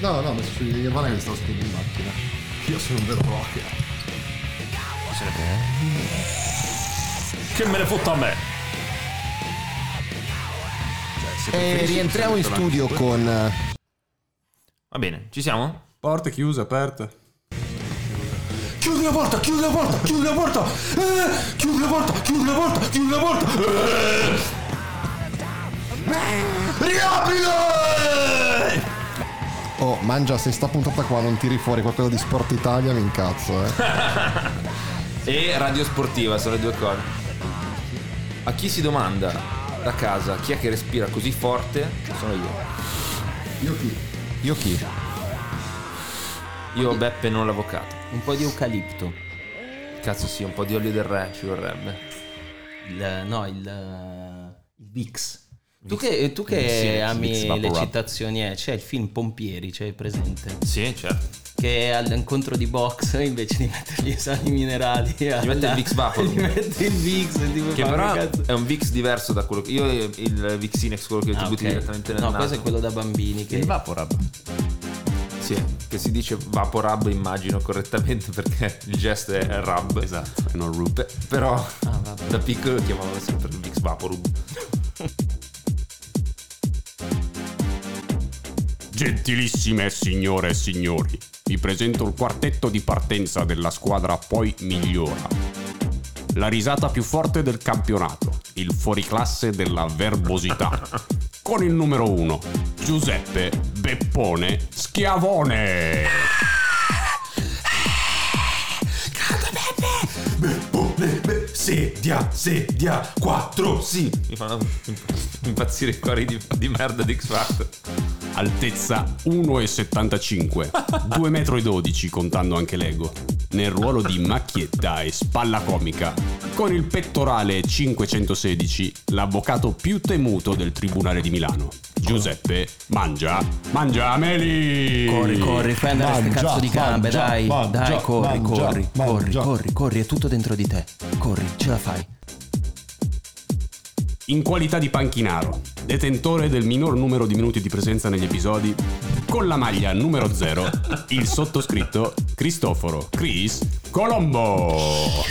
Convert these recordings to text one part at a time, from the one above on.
No, ho messo su Nirvana che mi stavo scrivendo in macchina. Io sono un vero rocker. Che me ne fotta a me. E rientriamo in studio con... Va bene, ci siamo? Porte chiuse, aperte. Chiudi la porta, chiudi la porta, chiudi la porta. Chiudi la porta, chiudi la porta, chiudi la porta. Riaprilo! Oh, Mangia, se sta puntata qua non tiri fuori qualcosa di Sport Italia, mi incazzo, E radio sportiva, sono le due cose. A chi si domanda da casa chi è che respira così forte, sono io. Io chi? Io Beppe, non l'avvocato. Un po' di eucalipto. Cazzo sì, un po' di olio del re ci vorrebbe. Il Vicks. Tu che Sì, ami Vicks le Vaporub. citazioni, c'è il film Pompieri, c'è presente? Sì, certo. Che all'incontro di box, invece di mettergli i sali minerali, gli mette il Vicks Vaporub. gli mette il Vicks, tipo Che però è un Vicks diverso da quello che io il Vixinex, quello che ti butti direttamente nel No, naso. questo è quello da bambini che Il Vaporub. Sì, che si dice Vaporub, immagino correttamente, perché il gesto è rub. Esatto, e non rub. Però vabbè. da piccolo lo chiamavo sempre il Vicks Vaporub. Gentilissime signore e signori, vi presento il quartetto di partenza della squadra Poi Migliora. La risata più forte del campionato, il fuoriclasse della verbosità. Con il numero 1, Giuseppe Beppone Schiavone. Sedia 4, sì. Mi fanno impazzire i cori di merda di X Factor. Altezza 1,75, 2,12 m contando anche l'ego. Nel ruolo di macchietta e spalla comica. Con il pettorale 516, l'avvocato più temuto del Tribunale di Milano. Giuseppe Mangiameli. Corri, fai andare queste cazzo di gambe, dai, corri, è tutto dentro di te. Corri, ce la fai. In qualità di panchinaro, detentore del minor numero di minuti di presenza negli episodi, con la maglia numero 0, il sottoscritto Cristoforo Chris Colombo.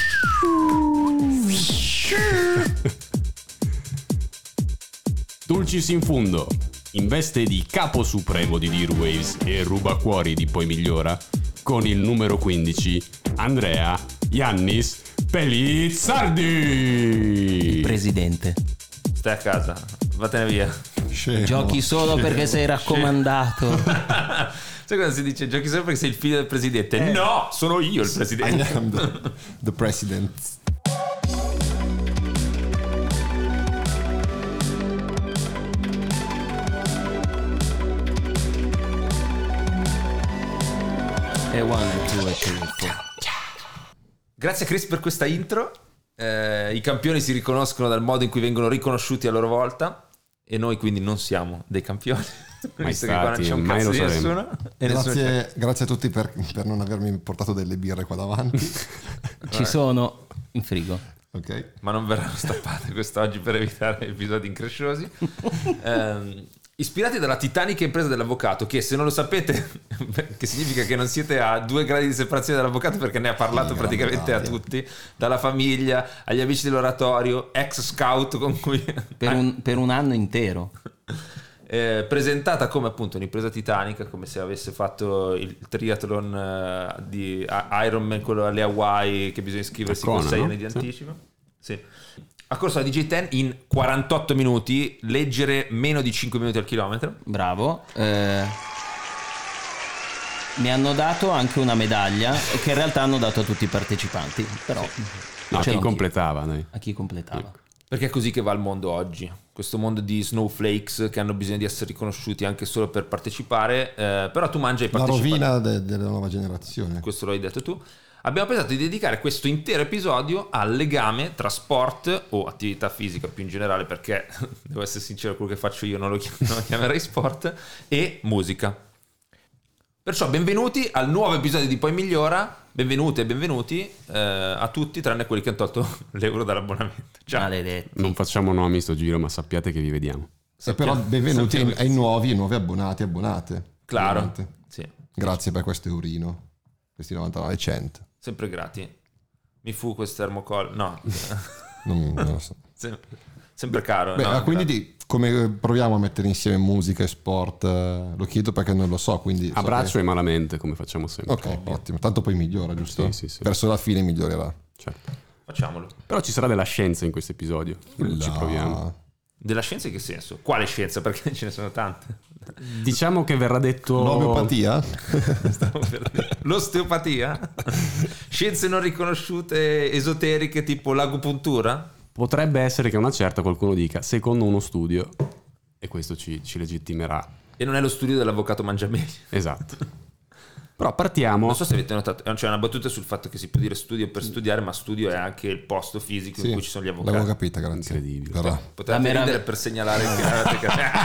Dulcis in fundo, in veste di capo supremo di D-Waves e rubacuori di Poi Migliora, con il numero 15, Andrea Iannis Pelizzardi. Presidente. Stai a casa, vattene via. Scemo. Giochi solo perché sei raccomandato. Sai cosa si dice? Giochi solo perché sei il figlio del presidente. No, sono io il presidente. I am the president. E 1, 2, 3, 4. Grazie a Chris per questa intro. I campioni si riconoscono dal modo in cui vengono riconosciuti a loro volta, e noi quindi non siamo dei campioni. Visto che qua non c'è un mai cazzo lo di saremo. nessuno. E nessuno c'è. Grazie a tutti per non avermi portato delle birre qua davanti. Ci sono in frigo. Ok. Ma non verranno stappate quest'oggi per evitare episodi incresciosi. Ispirati dalla titanica impresa dell'avvocato, che se non lo sapete, che significa che non siete a 2 gradi di separazione dall'avvocato, perché ne ha parlato Sì, praticamente a grande. tutti, dalla famiglia agli amici dell'oratorio, ex scout con cui Per un anno intero. presentata come appunto un'impresa titanica, come se avesse fatto il triathlon di Ironman, quello alle Hawaii, che bisogna iscriversi con Conan, 6 no? anni di anticipo. Sì. Ha corso la DJ10 in 48 minuti, leggere meno di 5 minuti al chilometro. Bravo. Mi hanno dato anche una medaglia che in realtà hanno dato a tutti i partecipanti, però No, ce chi l'ho anch'io. completava, dai. A chi completava. Perché è così che va il mondo oggi. Questo mondo di snowflakes che hanno bisogno di essere riconosciuti anche solo per partecipare. Però tu mangi ai La partecipanti. rovina della nuova generazione. Questo lo hai detto tu. Abbiamo pensato di dedicare questo intero episodio al legame tra sport o attività fisica più in generale, perché devo essere sincero, quello che faccio io non lo chiamerei sport, e musica. Perciò benvenuti al nuovo episodio di Poi Migliora. Benvenuti e benvenuti a tutti, tranne quelli che hanno tolto l'euro dall'abbonamento. Ciao. Maledetti. Non facciamo nomi sto giro, ma sappiate che vi vediamo. E però benvenuti sappiamo ai nuovi abbonati e abbonate. Claro, Ovviamente. sì. Grazie per questo eurino. Questi 99 cent. Sempre grati. Mi fu questo termocollo. No, Non lo so. sempre caro. Beh, no? quindi come proviamo a mettere insieme musica e sport? Lo chiedo perché non lo so, quindi... A braccio e malamente, come facciamo sempre. Ok, ottimo. Tanto poi migliora, giusto? Sì. Verso la fine migliorerà. Certo. Facciamolo. Però ci sarà della scienza in questo episodio, quindi ci proviamo. Della scienza in che senso? Quale scienza? Perché ce ne sono tante. Diciamo che verrà detto... L'omeopatia? Stavo per dire. L'osteopatia? Scienze non riconosciute esoteriche tipo l'agopuntura? Potrebbe essere che a una certa qualcuno dica, secondo uno studio, e questo ci legittimerà. E non è lo studio dell'avvocato Mangiameli. Esatto. Però partiamo... Non so se avete notato, c'è una battuta sul fatto che si può dire studio per studiare, ma studio è anche il posto fisico in cui ci sono gli avvocati. L'avevo capita, grazie. Incredibile. Verrà. Potete ridere per segnalare che avete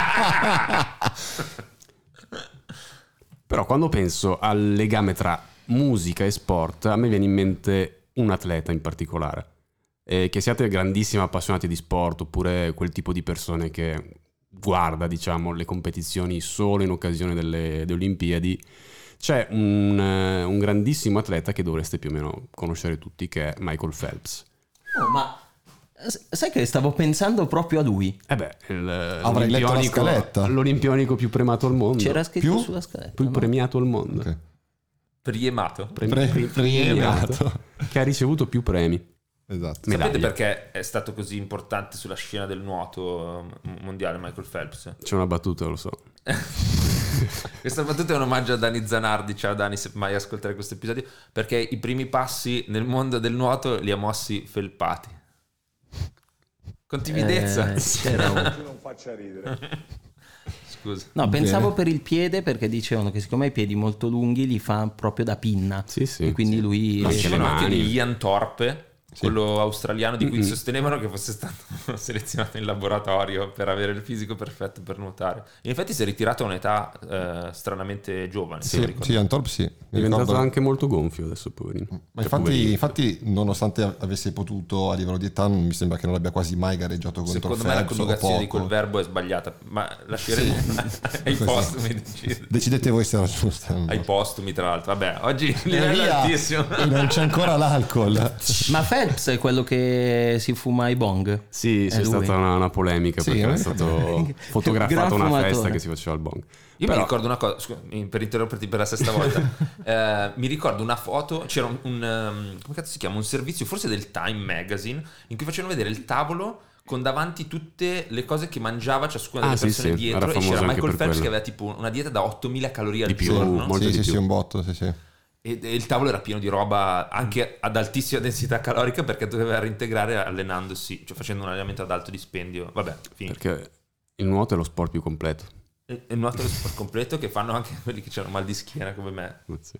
Però quando penso al legame tra musica e sport, a me viene in mente un atleta in particolare. Che siate grandissimi appassionati di sport oppure quel tipo di persone che guarda, diciamo, le competizioni solo in occasione delle Olimpiadi, c'è un grandissimo atleta che dovreste più o meno conoscere tutti, che è Michael Phelps. Oh, ma sai che stavo pensando proprio a lui? Avrei letto la scaletta. L'olimpionico più premiato al mondo. C'era scritto Più? sulla scaletta. Più no? premiato al mondo. Ok. Priemato. Premiato. Che ha ricevuto più premi. Esatto. Medaglie. Sapete perché è stato così importante sulla scena del nuoto mondiale Michael Phelps? C'è una battuta, lo so. Questa battuta è un omaggio a Dani Zanardi. Ciao Dani, se mai ascoltare questo episodio, perché i primi passi nel mondo del nuoto li ha mossi felpati. Con timidezza. C'era un... Non faccia ridere. Scusa. No, pensavo per il piede, perché dicevano che siccome ha i piedi molto lunghi li fa proprio da pinna. Sì, sì. E quindi lui... Ma Dicevano le anche mani. di Ian Thorpe, quello australiano di cui sostenevano che fosse stato selezionato in laboratorio per avere il fisico perfetto per nuotare. In effetti si è ritirato a un'età stranamente giovane. se non ricordo. Sì, Antorp sì. Mi È diventato ricordo- anche molto gonfio adesso, poverino. Ma Cioè, poverino. infatti, nonostante avesse potuto a livello di età, mi sembra che non abbia quasi mai gareggiato contro Secondo me la Phelps o coniugazione di poco. quel verbo è sbagliata, ma lasceremo ai postumi decidere. Decidete voi se era giusta. Ai postumi, tra l'altro. Vabbè, oggi il livello è Via! altissimo. E non c'è ancora l'alcol. Ma Phelps è quello che si fuma i bong? Sì, c'è È lui. stata una polemica Sì, perché a è me stato fotografato Gran una fumatore. festa che si faceva al bong. Io Però- mi ricordo una cosa, scusa, per interromperti per la sesta volta. Mi ricordo una foto, c'era come cazzo si chiama? Un servizio, forse del Time Magazine, in cui facevano vedere il tavolo con davanti tutte le cose che mangiava ciascuna delle Ah, sì, persone sì, dietro, era e famoso c'era anche Michael per Phelps che quello. aveva tipo una dieta da 8000 calorie al Di più, giorno. molto Sì, di sì, più. sì, un botto, sì, sì. E il tavolo era pieno di roba anche ad altissima densità calorica, perché doveva reintegrare allenandosi, cioè facendo un allenamento ad alto dispendio. Vabbè, finito. Perché il nuoto è lo sport più completo. E il nuoto è lo sport completo che fanno anche quelli che hanno mal di schiena come me. Sì.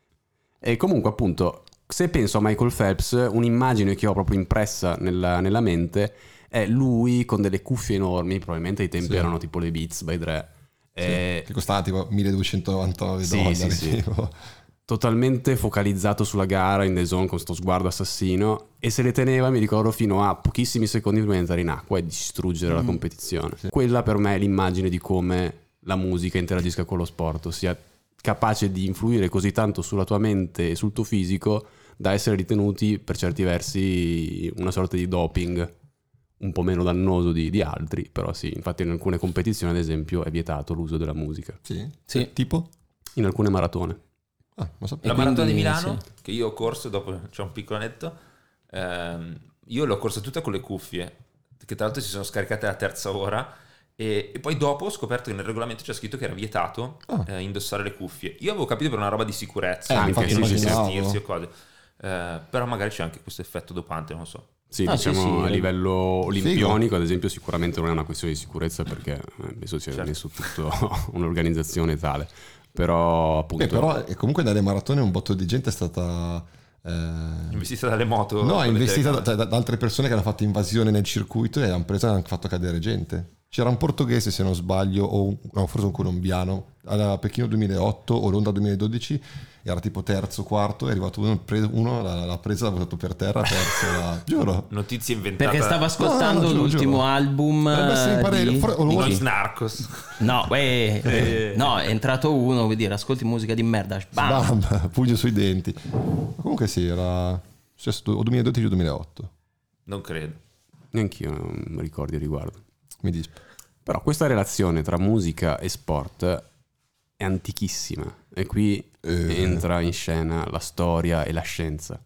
E comunque, appunto, se penso a Michael Phelps, un'immagine che ho proprio impressa nella mente è lui con delle cuffie enormi, probabilmente ai tempi Sì. erano tipo le Beats by Dre. Che costava tipo 1299 Sì, dollari. sì, sì. tipo. Totalmente focalizzato sulla gara, in the zone, con sto sguardo assassino, e se le teneva, mi ricordo, fino a pochissimi secondi prima di entrare in acqua e distruggere la competizione. Quella per me è l'immagine di come la musica interagisca con lo sport, sia capace di influire così tanto sulla tua mente e sul tuo fisico da essere ritenuti per certi versi una sorta di doping un po' meno dannoso di altri, però sì, infatti in alcune competizioni ad esempio è vietato l'uso della musica, Sì? Sì. Tipo? in alcune maratone. Ah, lo sapevo. La quindi, maratona di Milano, sì. che io ho corso, dopo c'è un piccolo anetto, io l'ho corsa tutta con le cuffie, che tra l'altro si sono scaricate alla terza ora, e poi dopo ho scoperto che nel regolamento c'era scritto che era vietato indossare le cuffie. Io avevo capito per una roba di sicurezza, Anche, perché sì, non sì, sì. vestirsi o cose. Però magari c'è anche questo effetto dopante, non lo so. Sì, Ah, sì, diciamo sì. a livello olimpionico, ad esempio, sicuramente non è una questione di sicurezza perché adesso c'è Certo. messo tutto un'organizzazione tale. Però appunto Però comunque nelle maratone un botto di gente è stata... Investita dalle moto. No, con è le investita telecamere. da altre persone che hanno fatto invasione nel circuito e hanno preso e hanno fatto cadere gente. C'era un portoghese, se non sbaglio, no, forse un colombiano, alla Pechino 2008 o Londra 2012, era tipo terzo, quarto, è arrivato uno l'ha presa, l'ha buttato per terra, ha perso giuro. Notizie inventate. Perché stava ascoltando giuro, l'ultimo album di Los Narcos. No, no, è entrato uno, vuol dire, ascolti musica di merda, bam. Bam, pugno sui denti. Comunque sì, era successo o 2012 o 2008. Non credo. Neanch'io non mi ricordi a riguardo. Mi dispiace. Però questa relazione tra musica e sport è antichissima e qui entra in scena la storia e la scienza.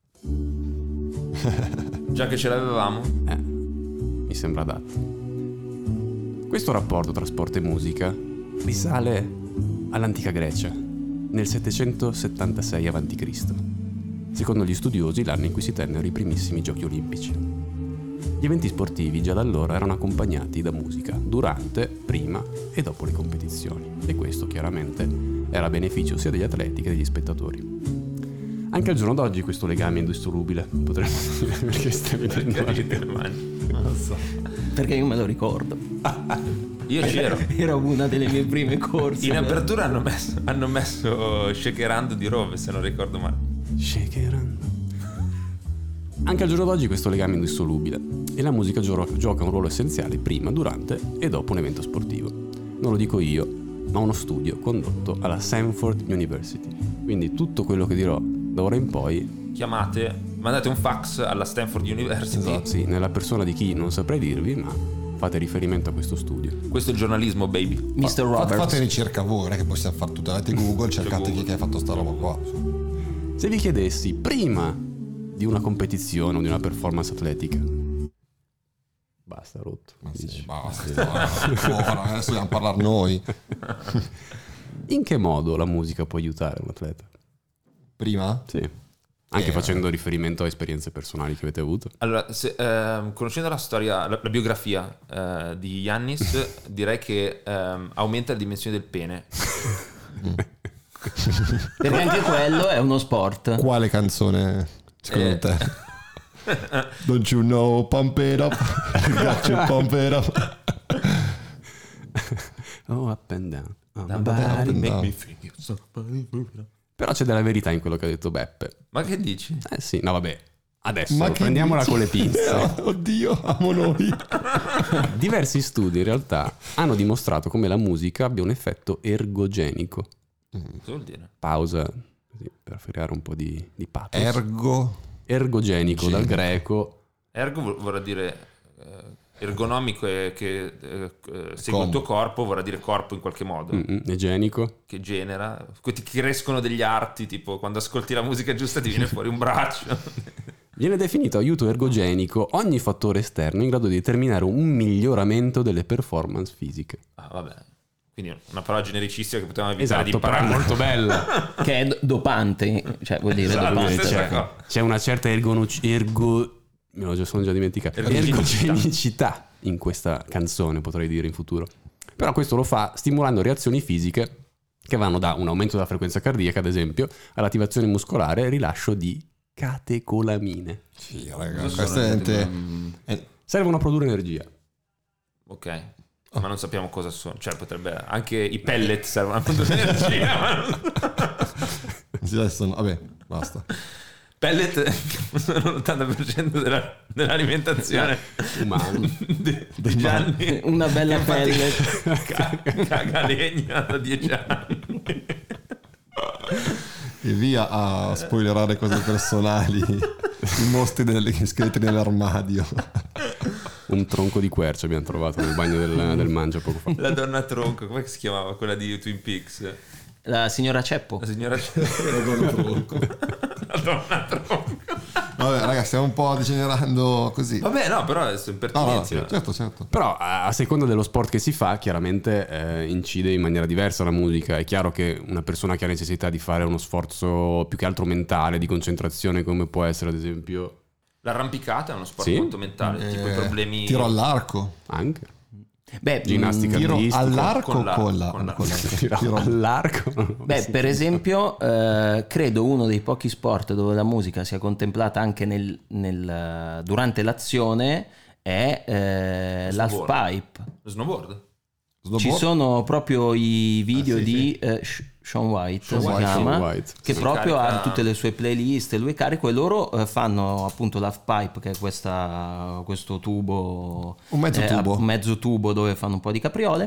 Già che ce l'avevamo. Mi sembra adatto. Questo rapporto tra sport e musica risale all'antica Grecia, nel 776 a.C., secondo gli studiosi l'anno in cui si tennero i primissimi giochi olimpici. Gli eventi sportivi già da allora erano accompagnati da musica durante, prima e dopo le competizioni, e questo chiaramente era a beneficio sia degli atleti che degli spettatori. Anche al giorno d'oggi questo legame è indissolubile, potremmo dire, perché stai vedendo Non lo so. Perché io me lo ricordo. Io c'ero. Era una delle mie prime corse. In apertura hanno messo Shakerando di Rove, se non ricordo male. Shakerando. Anche al giorno d'oggi questo legame è indissolubile e la musica gioca un ruolo essenziale prima, durante e dopo un evento sportivo. Non lo dico io, ma uno studio condotto alla Stanford University. Quindi tutto quello che dirò da ora in poi Mandate un fax alla Stanford University. Esatto, sì, nella persona di chi non saprei dirvi, ma fate riferimento a questo studio. Questo è il giornalismo, baby. Mr. Roberts. Fate ricerca voi, non è che possiamo fare tutto. Andate Google, cercate chi ha fatto sta roba qua. Se vi chiedessi prima di una competizione o di una performance atletica, basta, rotto. Ma sì, basta. Ora, adesso dobbiamo parlare noi. In che modo la musica può aiutare un atleta? Prima? Sì. Anche facendo riferimento a esperienze personali che avete avuto. Allora, conoscendo la storia, la biografia di Giannis, direi che aumenta la dimensione del pene. Perché anche quello è uno sport. Quale canzone secondo te? Don't you know, pump it up, got you pump it up. Oh, up and down. Oh, Up and down. Però c'è della verità in quello che ha detto Beppe. Ma che dici? Sì, no vabbè. Adesso Ma che prendiamola dici? con le pinze. Oddio, amo noi. Diversi studi in realtà hanno dimostrato come la musica abbia un effetto ergogenico. Cosa vuol dire? Pausa, così, per creare un po' di pathos. Genico. Ergogenico, dal greco. Ergo vorrà dire ergonomico e che segue il tuo corpo, vorrà dire corpo in qualche modo. Egenico. Che genera, che crescono degli arti, tipo quando ascolti la musica giusta ti viene fuori un braccio. Viene definito aiuto ergogenico ogni fattore esterno in grado di determinare un miglioramento delle performance fisiche. Ah, vabbè. Quindi una parola genericistica che potevamo evitare di Esatto, però imparare. è molto bella. Che è dopante. Cioè vuol dire Esatto, dopante. stessa cosa. C'è una certa me lo sono già dimenticato. Ergogenicità in questa canzone, potrei dire in futuro. Però questo lo fa stimolando reazioni fisiche che vanno da un aumento della frequenza cardiaca, ad esempio, all'attivazione muscolare e rilascio di catecolamine. Sì, ragazzi, questa Servono a produrre energia. Ok. Ma non sappiamo cosa sono. Cioè potrebbe anche i pellet servono a produrre energia. Ma non... sì, adesso vabbè, basta. Pellet sono l'80% dell'alimentazione Umano. di Gianni. Una bella Infatti, pelle. caga legna da 10 anni. E via a spoilerare cose personali. I mostri degli scheletri nell'armadio. Un tronco di quercia abbiamo trovato nel bagno del Mangia poco fa. La donna tronco, come si chiamava quella di Twin Peaks? La signora Ceppo. La signora La donna tronco. La donna tronco. Vabbè, ragazzi, stiamo un po' degenerando così. Vabbè, no, però adesso No, impertinenza. certo. Però a seconda dello sport che si fa, chiaramente incide in maniera diversa la musica. È chiaro che una persona che ha necessità di fare uno sforzo più che altro mentale, di concentrazione, come può essere ad esempio L'arrampicata è uno sport Sì. molto mentale, tipo i problemi. Tiro all'arco. anche Beh, ginnastica Tiro artistica. all'arco con la- con la con la- Tiro all'arco. Beh, per esempio, credo uno dei pochi sport dove la musica sia contemplata anche durante l'azione è l'half pipe. Lo snowboard? Ci sono proprio i video sì, di Shaun White, si chiama, Shaun White, che sì. proprio Carica- ha tutte le sue playlist, lui è carico, e loro fanno appunto l'half pipe, che è questo tubo, Un mezzo tubo. un mezzo tubo dove fanno un po' di capriole,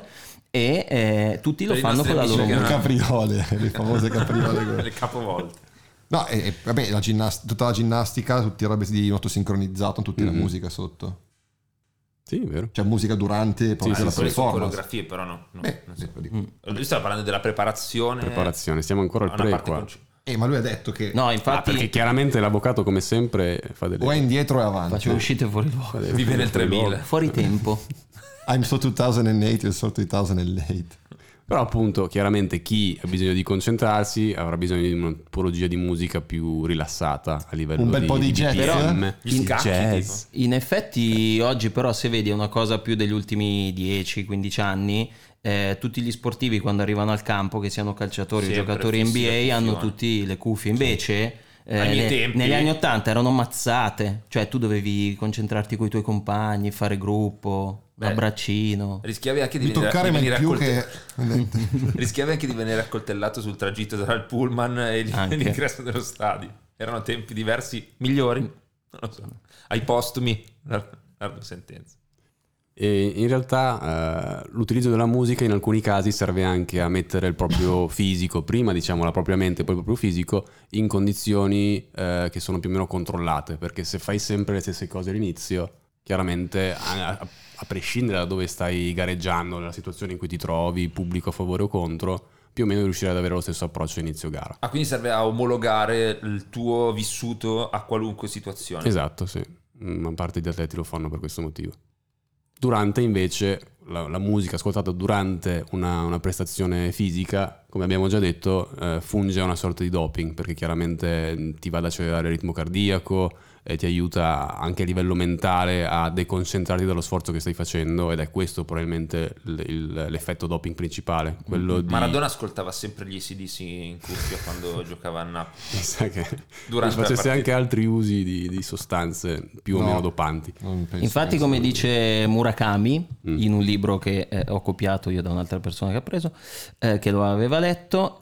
e tutti lo Per i fanno nostri con la amici loro che Le non- capriole, le famose capriole. Le capovolte. No, e vabbè, tutta la ginnastica, tutte le robe di nuoto sincronizzato, tutti la musica sotto. Sì, vero. C'è musica durante proprio sì, la sì, Quelle sono performance. coreografie, però no. Non so. Dico. Lui stava parlando della preparazione. Preparazione, siamo ancora al a una pre parte qua. Ma lui ha detto che No, Ah, infatti perché chiaramente l'avvocato come sempre fa delle... o è indietro o è avanti. faccio uscite fuori luogo, Vive nel 3000. fuori tempo. I'm so 2008, you're so 2008. Però appunto chiaramente chi ha bisogno di concentrarsi avrà bisogno di una tipologia di musica più rilassata a livello Un bel po' di jazz, BPM, Gli scacchi, jazz. In effetti oggi però, se vedi, è una cosa più degli ultimi 10-15 anni, tutti gli sportivi quando arrivano al campo, che siano calciatori o Sempre giocatori fissi la NBA, hanno cuffia. tutti le cuffie, invece Ai miei tempi- negli anni 80 erano mazzate, cioè tu dovevi concentrarti con i tuoi compagni, fare gruppo, abbraccino. Rischiavi anche Di toccare mai più che... Rischiavi anche di venire accoltellato sul tragitto tra il pullman e Anche. l'ingresso dello stadio. Erano tempi diversi, migliori, non lo so. Ai postumi, la sentenza. E in realtà l'utilizzo della musica in alcuni casi serve anche a mettere il proprio fisico, prima diciamo la propria mente, poi il proprio fisico, in condizioni che sono più o meno controllate, perché se fai sempre le stesse cose all'inizio, chiaramente a prescindere da dove stai gareggiando, nella situazione in cui ti trovi, pubblico a favore o contro, più o meno riuscirai ad avere lo stesso approccio inizio gara. Ah, quindi serve a omologare il tuo vissuto a qualunque situazione. Esatto, sì. Una parte di atleti lo fanno per questo motivo. Durante invece la musica ascoltata durante una prestazione fisica, come abbiamo già detto, funge a una sorta di doping, perché chiaramente ti va ad accelerare il ritmo cardiaco e ti aiuta anche a livello mentale a deconcentrarti dallo sforzo che stai facendo, ed è questo probabilmente l'effetto doping principale, quello di... Maradona ascoltava sempre gli AC/DC in cuffia quando giocava a Napoli. Mi sa che Durante la facesse partita. anche altri usi di sostanze più o No. meno dopanti. Infatti, come dice Murakami in un libro che ho copiato io da un'altra persona che ha preso, che lo aveva letto,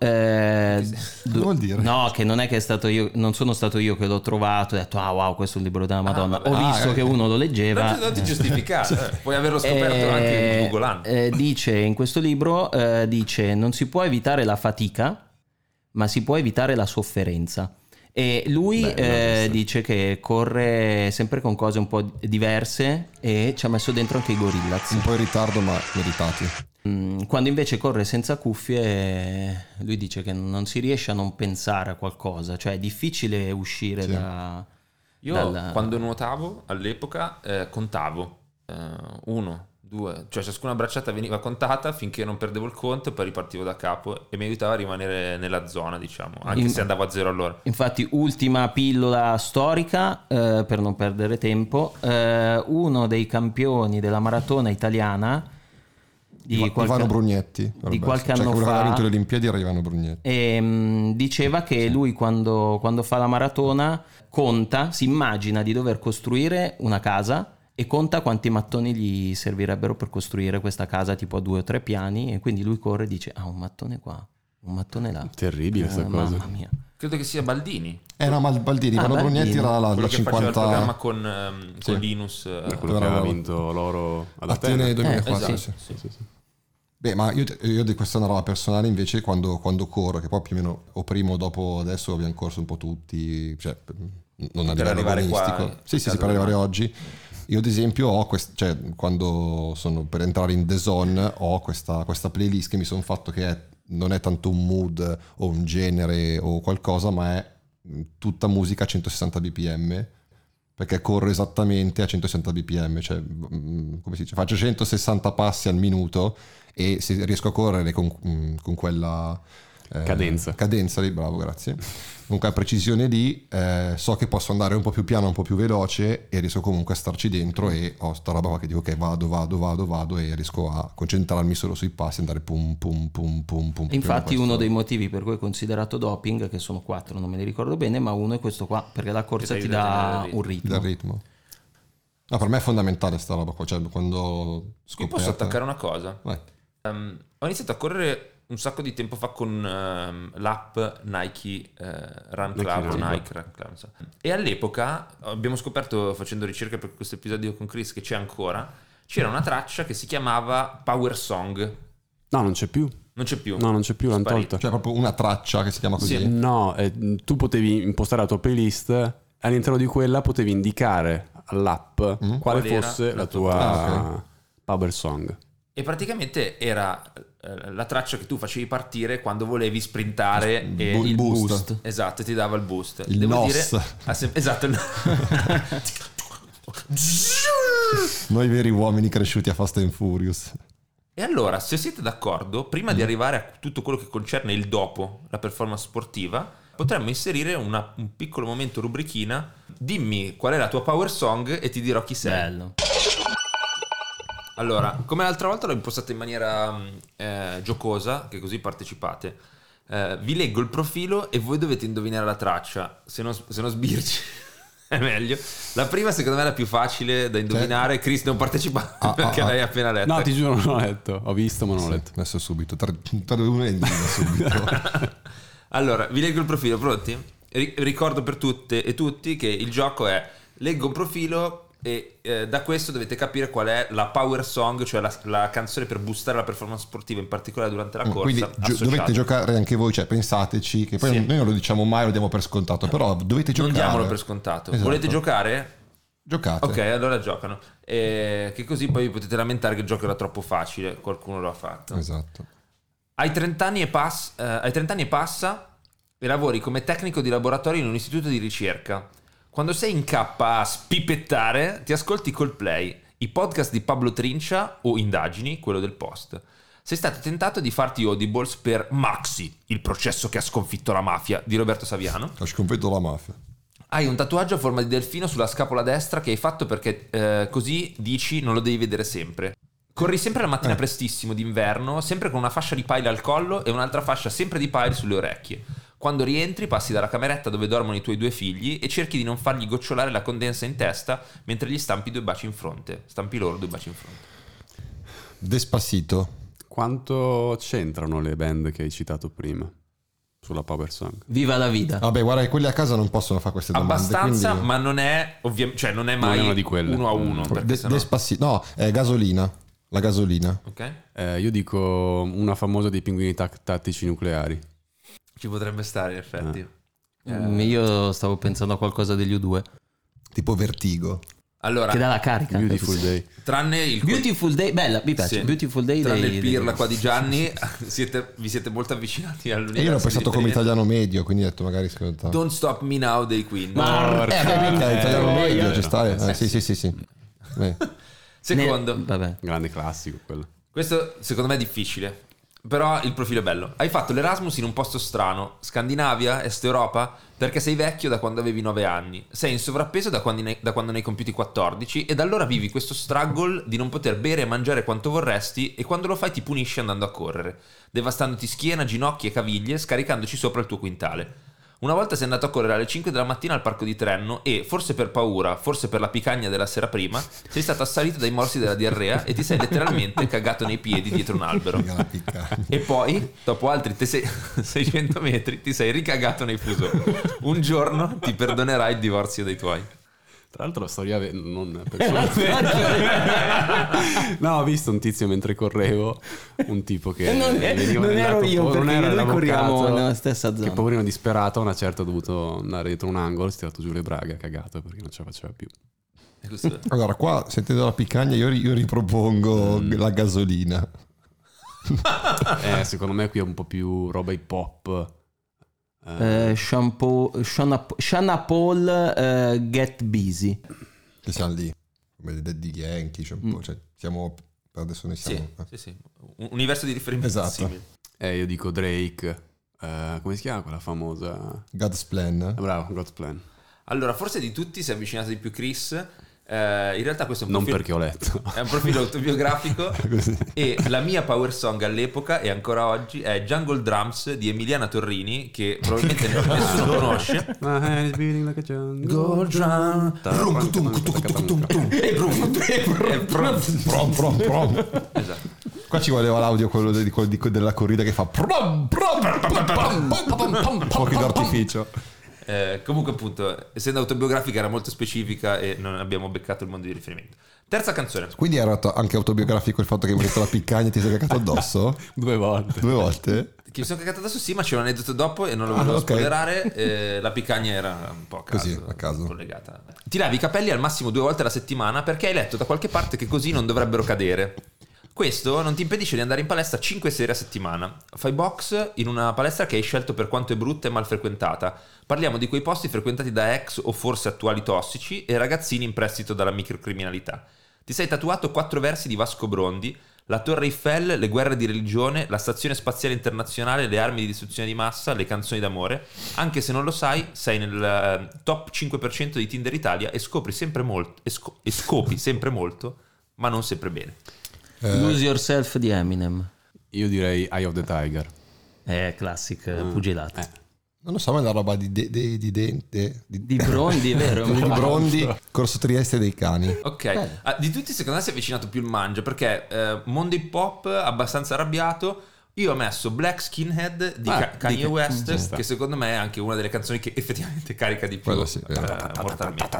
vuol dire? no, che non è che è stato io, non sono stato io che l'ho trovato e ho detto wow, questo è un libro della Madonna. vabbè. Ho visto che uno lo leggeva. Non ti giustificare, puoi averlo scoperto anche googolando. Dice in questo libro, dice non si può evitare la fatica, ma si può evitare la sofferenza. E lui dice che corre sempre con cose un po' diverse e ci ha messo dentro anche i Gorillaz. Un po' in ritardo, ma meritati. Quando invece corre senza cuffie, lui dice che non si riesce a non pensare a qualcosa, cioè è difficile uscire Io quando nuotavo all'epoca contavo 1, 2, cioè ciascuna bracciata veniva contata finché non perdevo il conto, poi ripartivo da capo e mi aiutava a rimanere nella zona, diciamo, anche se andavo a 0 all'ora. Infatti, ultima pillola storica, per non perdere tempo, uno dei campioni della maratona italiana di Ivano Brugnetti. di qualche Cioè, anno quello che fa, ha vinto le Olimpiadi era Ivano Brugnetti. diceva che lui quando fa la maratona conta, si immagina di dover costruire una casa e conta quanti mattoni gli servirebbero per costruire questa casa tipo a 2 o 3 piani, e quindi lui corre e dice un mattone qua, un mattone là. Terribile sta cosa. Mamma mia. Credo che sia Baldini, No, ma Baldini, Ivano Baldini. Brugnetti era la quello che faceva il programma 50... con Linus. Quello che Bravo. aveva vinto l'oro ad Atene Atene. 2004. esatto, sì. sì. Beh, ma io di questa è una roba personale invece quando corro, che poi più o meno o prima o dopo adesso abbiamo corso un po' tutti, cioè non a Per livello arrivare qua, agonistico. Sì, casa per arrivare del- oggi. Io ad esempio ho cioè, quando sono per entrare in The Zone ho questa playlist che mi sono fatto, che non è tanto un mood o un genere o qualcosa, ma è tutta musica a 160 bpm, perché corro esattamente a 160 bpm, cioè come si dice, faccio 160 passi al minuto, e se riesco a correre con quella cadenza lì, bravo, grazie, con quella precisione lì, so che posso andare un po' più piano, un po' più veloce, e riesco comunque a starci dentro, e ho sta roba qua che dico che vado, e riesco a concentrarmi solo sui passi, andare pum pum pum pum pum. Infatti uno dei motivi per cui è considerato doping, che sono 4, non me li ricordo bene, ma uno è questo qua, perché la corsa Che ti ti aiuta a dà tenere il un ritmo. dal ritmo. No, per me è fondamentale sta roba qua, cioè quando Io scoperta... posso attaccare una cosa. Vai. Ho iniziato a correre un sacco di tempo fa con l'app Nike Run Nike Club, Run. Nike Run Club, non so. E all'epoca abbiamo scoperto, facendo ricerche per questo episodio con Chris, che c'è ancora, c'era una traccia che si chiamava Power Song. No, non c'è più. Non c'è più. No, non c'è più, l'hanno Sparito. tolta. Cioè proprio una traccia che si chiama così. Sì. No, tu potevi impostare la tua playlist e all'interno di quella potevi indicare all'app quale Qual era fosse la la tua- tua Power Song. E praticamente era la traccia che tu facevi partire quando volevi sprintare e Il boost. Esatto, ti dava il boost. Il Devo NOS. dire esatto. Noi veri uomini cresciuti a Fast and Furious. E allora, se siete d'accordo, prima di arrivare a tutto quello che concerne il dopo, la performance sportiva, potremmo inserire un piccolo momento rubrichina. Dimmi qual è la tua power song e ti dirò chi sei. Bello. Allora, come l'altra volta l'ho impostata in maniera giocosa, che così partecipate. Vi leggo il profilo e voi dovete indovinare la traccia. Se non sbirci è meglio. La prima secondo me è la più facile da indovinare. Chris, non partecipate perché l'hai appena letta. No, ti giuro, non l'ho letto. Ho visto, ma non l'ho letto. Adesso subito, 3, 2, 1 e indovina subito. Allora, vi leggo il profilo, pronti? Ricordo per tutte e tutti che il gioco è: leggo un profilo e da questo dovete capire qual è la power song, cioè la canzone per boostare la performance sportiva, in particolare durante la corsa. Quindi associata. dovete giocare anche voi, cioè pensateci, che poi Sì. noi non lo diciamo mai, lo diamo per scontato, però dovete Non giocare. diamolo per scontato. Esatto. Volete giocare? Giocate. Ok, allora giocano. Che così poi vi potete lamentare che il gioco era troppo facile, qualcuno lo ha fatto. Esatto. Hai 30 anni e passa e lavori come tecnico di laboratorio in un istituto di ricerca. Quando sei in cappa a spipettare, ti ascolti Coldplay, i podcast di Pablo Trincia o Indagini, quello del Post. Sei stato tentato di farti audibles per Maxi, il processo che ha sconfitto la mafia, di Roberto Saviano. Ho sconfitto la mafia. Hai un tatuaggio a forma di delfino sulla scapola destra che hai fatto perché così dici non lo devi vedere sempre. Corri sempre la mattina prestissimo d'inverno, sempre con una fascia di pile al collo e un'altra fascia sempre di pile sulle orecchie. Quando rientri passi dalla cameretta dove dormono i tuoi 2 figli e cerchi di non fargli gocciolare la condensa in testa mentre gli stampi 2 baci in fronte. Stampi loro 2 baci in fronte. Despacito. Quanto c'entrano le band che hai citato prima sulla Power Song? Viva la vita. Vabbè, guarda che quelli a casa non possono fare queste domande. Abbastanza, quindi... ma non è cioè non è mai è una di quelle. 1 a 1. Perché sennò... Despacito. No, è gasolina. La gasolina. Ok? Io dico una famosa dei pinguini tattici nucleari. Ci potrebbe stare in effetti. Io stavo pensando a qualcosa degli U2 Tipo Vertigo. Allora, che dà la carica. Beautiful Day. tranne il Beautiful Day, bella, mi piace. Sì. Beautiful Day tranne dei- il pirla dei- qua di Gianni, vi siete molto avvicinati all'universo. E io l'ho pensato di come Federico. italiano medio, quindi ho detto magari ascolta. Don't Stop Me Now dei Queen. Ma italiano medio, ci vero. sta. Sì. Secondo, Vabbè. Grande classico quello. questo secondo me è difficile, però il profilo è bello. Hai fatto l'Erasmus in un posto strano, Scandinavia, Est Europa, perché sei vecchio da quando avevi 9 anni, sei in sovrappeso da quando ne hai compiuti 14 e da allora vivi questo struggle di non poter bere e mangiare quanto vorresti e quando lo fai ti punisci andando a correre, devastandoti schiena, ginocchia e caviglie, scaricandoci sopra il tuo quintale. Una volta sei andato a correre alle 5 della mattina al parco di Trenno e, forse per paura, forse per la picagna della sera prima, sei stato assalito dai morsi della diarrea e ti sei letteralmente cagato nei piedi dietro un albero. E poi, dopo altri 600 metri, ti sei ricagato nei fusoli. Un giorno ti perdonerai il divorzio dei tuoi. Tra l'altro la storia non No, ho visto un tizio mentre correvo, un tipo che Non veniva ero andato- io, non perché era noi l'avvocato, corriamo nella stessa zona. che poverino disperato a una certa ha dovuto andare dietro un angolo, si è tirato giù le braghe, ha cagato perché non ce la faceva più. E questo- Allora, qua sentendo la picagna, io ripropongo la gasolina. Secondo me qui è un po' più roba hip hop. Shana Paul, Get Busy. Che siamo lì. Come Daddy Yankee, cioè siamo... Adesso ne Sì, siamo... sì. Un universo di riferimenti Esatto. simili. Io dico Drake. Come si chiama quella famosa? God's Plan. Bravo, God's Plan. Allora, forse di tutti si è avvicinato di più Chris. In realtà questo è un Non profilo, perché ho letto. è un profilo autobiografico e la mia power song all'epoca e ancora oggi è Jungle Drums di Emiliana Torrini, che probabilmente nessuno conosce. My head is beating like a jungle Drum. Esatto. Qua ci voleva l'audio quello della corrida che fa fuochi d'artificio. Comunque appunto, essendo autobiografica era molto specifica e non abbiamo beccato il mondo di riferimento. Terza canzone. Quindi era anche autobiografico il fatto che mi hai detto la piccagna e ti sei cagato addosso? 2 volte. 2 volte? Che mi sono cagato adesso sì, ma c'è un aneddoto dopo e non lo volevo spoilerare. La piccagna era un po' a caso collegata. Ti lavi i capelli al massimo 2 volte alla settimana perché hai letto da qualche parte che così non dovrebbero cadere. Questo non ti impedisce di andare in palestra 5 sere a settimana. Fai box in una palestra che hai scelto per quanto è brutta e mal frequentata. Parliamo di quei posti frequentati da ex o forse attuali tossici e ragazzini in prestito dalla microcriminalità. Ti sei tatuato 4 versi di Vasco Brondi, la Torre Eiffel, le guerre di religione, la Stazione Spaziale Internazionale, le armi di distruzione di massa, le canzoni d'amore. Anche se non lo sai, sei nel top 5% di Tinder Italia e scopri sempre molto, scopi sempre molto, ma non sempre bene. Lose Yourself di Eminem. Io direi Eye of the Tiger. Classic pugilato. Non lo so, ma è una roba di Brondi, vero? di Brondi, Corso Trieste dei cani. Ok, di tutti secondo me si è avvicinato più il Mangio perché mondo hip hop abbastanza arrabbiato. Io ho messo Black Skinhead di Kanye West, che secondo me è anche una delle canzoni che effettivamente carica di più. Quello sì, mortalmente.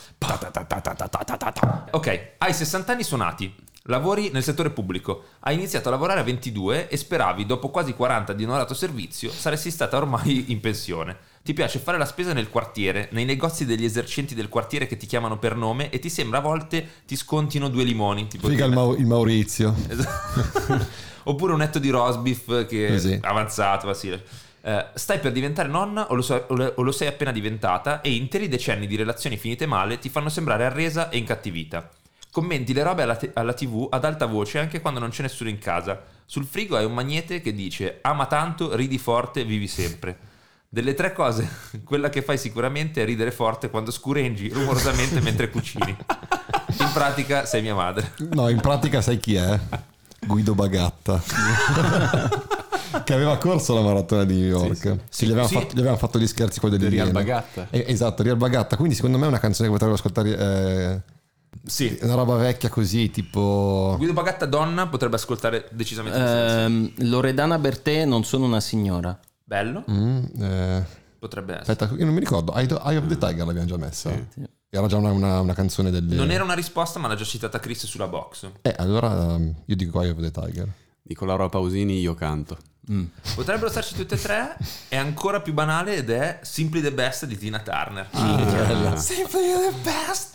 Ok, hai 60 anni suonati. Lavori nel settore pubblico, hai iniziato a lavorare a 22 e speravi dopo quasi 40 di onorato servizio saresti stata ormai in pensione. Ti piace fare la spesa nel quartiere, nei negozi degli esercenti del quartiere che ti chiamano per nome e ti sembra a volte ti scontino 2 limoni. Tipo figa il Maurizio. Oppure un etto di rosbif che Così. è avanzato, Vasile. Stai per diventare nonna o lo sei appena diventata e interi decenni di relazioni finite male ti fanno sembrare arresa e incattivita. Commenti le robe alla TV ad alta voce anche quando non c'è nessuno in casa. Sul frigo hai un magnete che dice ama tanto, ridi forte, vivi sempre. Delle 3 cose, quella che fai sicuramente è ridere forte quando scureggi rumorosamente mentre cucini. In pratica sei mia madre. No, in pratica sai chi è? Guido Bagatta. Che aveva corso la maratona di New York. Sì, gli avevano fatto gli scherzi quelli del Real Bagatta. Esatto, Real Bagatta. Quindi secondo me è una canzone che potremmo ascoltare. Sì, una roba vecchia così, tipo Guido Bagatta donna potrebbe ascoltare decisamente Loredana Bertè, non sono una signora. bello. Potrebbe essere. aspetta, io non mi ricordo. Eye of the Tiger l'abbiamo già messa. Sì. Era già una canzone del. Non era una risposta, ma l'ha già citata Chris sulla box. Allora io dico Eye of the Tiger. Dico Laura Pausini, io canto. Potrebbero starci tutte e 3. È ancora più banale ed è Simply the Best di Tina Turner. Simply the best.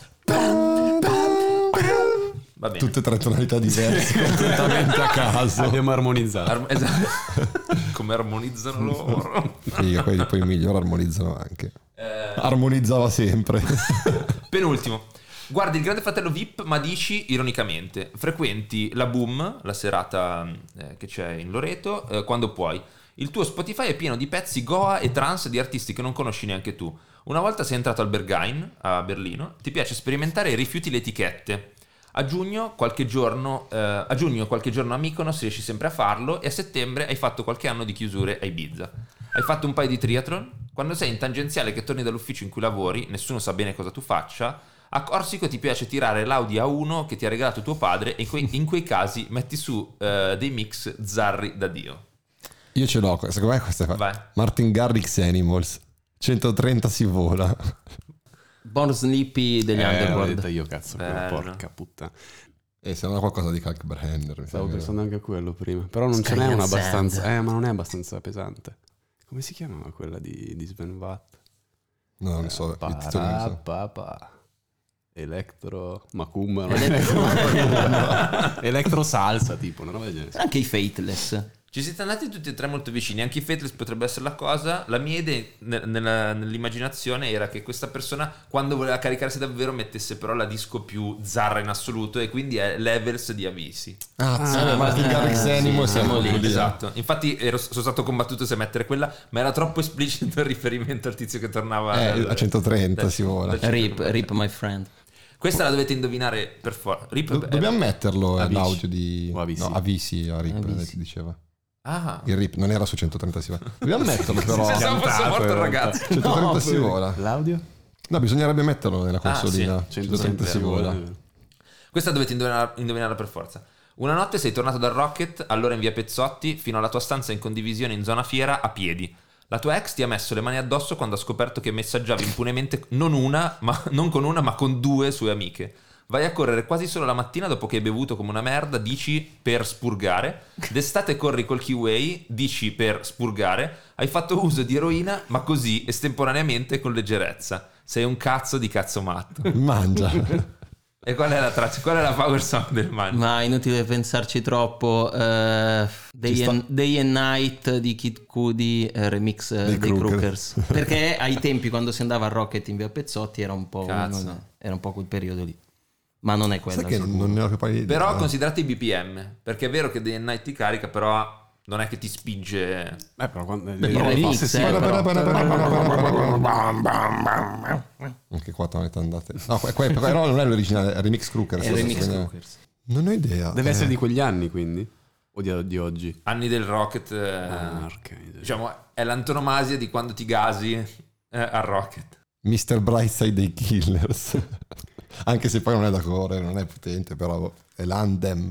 Va bene. Tutte 3 tonalità diverse, completamente a caso. Abbiamo armonizzato. Esatto. Come armonizzano loro. Figa, poi i migliori armonizzano anche. Armonizzava sempre. Penultimo. Guardi il Grande Fratello VIP, ma dici ironicamente: frequenti la Boom, la serata che c'è in Loreto, quando puoi. Il tuo Spotify è pieno di pezzi goa e trance di artisti che non conosci neanche tu. Una volta sei entrato al Berghain, a Berlino, ti piace sperimentare e rifiuti le etichette. A giugno qualche giorno a Mykonos riesci sempre a farlo e a settembre hai fatto qualche anno di chiusure a Ibiza. Hai fatto un paio di triathlon. Quando sei in tangenziale che torni dall'ufficio in cui lavori, nessuno sa bene cosa tu faccia. A Corsico ti piace tirare l'Audi A1 che ti ha regalato tuo padre e in quei casi metti su dei mix zarri da Dio. Io ce l'ho, secondo me questa Vai. è Martin Garrix Animals. 130 si vola. Born Sleepy degli L'ho Underworld. detto io, cazzo, quella Bello. porca puttana. E sembra qualcosa di Kalkbrenner. Stavo pensando anche a quello prima. Però non ce Sky n'è una and abbastanza. Sand. Ma non è abbastanza pesante. Come si chiamava quella di Sven Watt? No, non so, i titoli non so. Papa. Electro Macumba. Electro salsa, tipo, una roba del genere. Anche i Fateless. Ci siete andati tutti e 3 molto vicini, anche i Fateless potrebbe essere la cosa. La mia idea nell'immaginazione era che questa persona, quando voleva caricarsi davvero, mettesse però la disco più zarra in assoluto, e quindi è Levels di Avicii. Martin Garrix Animals, siamo lì. Esatto, infatti sono stato combattuto se mettere quella, ma era troppo esplicito il riferimento al tizio che tornava A 130 si vola. Rip my friend. Questa la dovete indovinare per forza. Dobbiamo metterlo Avicii. l'audio di... O Avicii. No, Avicii, a Rip, Avicii. diceva. Ah, Il Rip non era su 130 si vola. Dobbiamo metterlo però. pensavo fosse Piantato, morto il in ragazzo. 130 si vola. L'audio? No, bisognerebbe metterlo nella consolina. sì, 130 si vola. Questa dovete indovinarla per forza. Una notte sei tornato dal Rocket, allora in via Pezzotti, fino alla tua stanza in condivisione in zona fiera a piedi. La tua ex ti ha messo le mani addosso quando ha scoperto che messaggiavi impunemente non con una, ma con 2 sue amiche. Vai a correre quasi solo la mattina dopo che hai bevuto come una merda, dici per spurgare. D'estate corri col Kiwi, dici per spurgare. Hai fatto uso di eroina, ma così, estemporaneamente, con leggerezza. Sei un cazzo di cazzo matto. Mangia. E qual è la traccia? Qual è la power song del Mangia? Ma inutile pensarci troppo. Day and Night di Kid Cudi, remix dei Crookers. Perché ai tempi, quando si andava a Rocket in via Pezzotti, era un po' quel periodo lì. Ma non è quello. Sai che non ne ho più idea. Però considerate i BPM, perché è vero che Day and Night ti carica, però non è che ti spinge. Però quando Il remix, Anche qua tornate andate. No, però non è l'originale, è il remix Crookers. È il remix Crookers. Non ho idea. deve essere di quegli anni, quindi? O di oggi? Anni del Rocket, diciamo, è l'antonomasia di quando ti gasi al Rocket. Mr. Brightside dei Killers. Anche se poi non è da correre, non è potente, però è l'Anthem.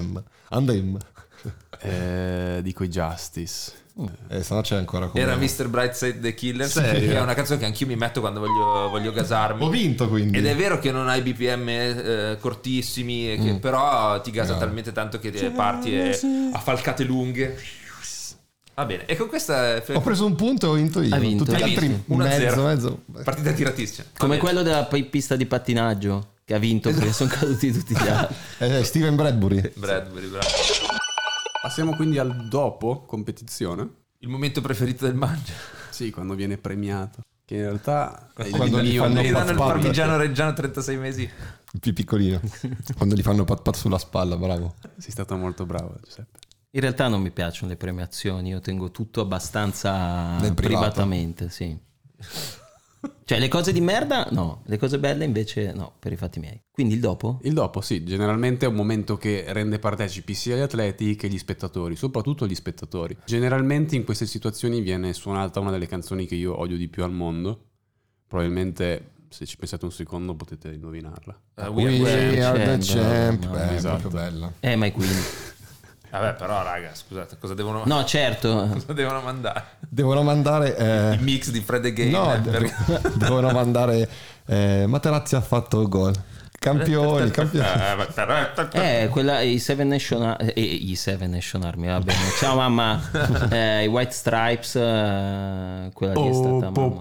Dico i Justice. Se no c'è ancora come... Era Mr. Brightside The Killers, Serio? che è una canzone che anch'io mi metto quando voglio gasarmi. Ho vinto quindi. Ed è vero che non hai BPM cortissimi, però ti gasa talmente tanto che parti a falcate lunghe. Va bene, e con questa Ho preso un punto e ho vinto io. Hai vinto. Tutti gli Hai altri vinto. 1-0. mezzo. partita tiratissima. Va Come bene. quello della pista di pattinaggio che ha vinto perché sono caduti tutti gli altri. Steven Bradbury. Bradbury, bravo. Passiamo quindi al dopo competizione. Il momento preferito del Mangia. Sì, quando viene premiato. Che in realtà è Quando il gli mio fanno Gli danno il pat-pat. parmigiano reggiano 36 mesi. Il più piccolino. Quando gli fanno pat pat sulla spalla, bravo. Sei stato molto bravo, Giuseppe. In realtà non mi piacciono le premiazioni, io tengo tutto abbastanza Nel privato. privatamente, sì. Cioè le cose di merda no, le cose belle invece no, per i fatti miei. Quindi il dopo? Il dopo, sì, generalmente è un momento che rende partecipi sia gli atleti che gli spettatori, soprattutto gli spettatori. Generalmente in queste situazioni viene suonata una delle canzoni che io odio di più al mondo. Probabilmente, se ci pensate un secondo, potete indovinarla. We are the champ. No, È esatto. proprio bella. Ma quindi. Vabbè, però, raga, scusate, cosa devono, No, certo. cosa devono mandare? Devono mandare... Il mix di Fred Again. No, devono mandare... Materazzi ha fatto il gol. Campioni. Quella, i Seven Nation Army, va bene. Ciao mamma. I White Stripes, quella lì è stata mamma.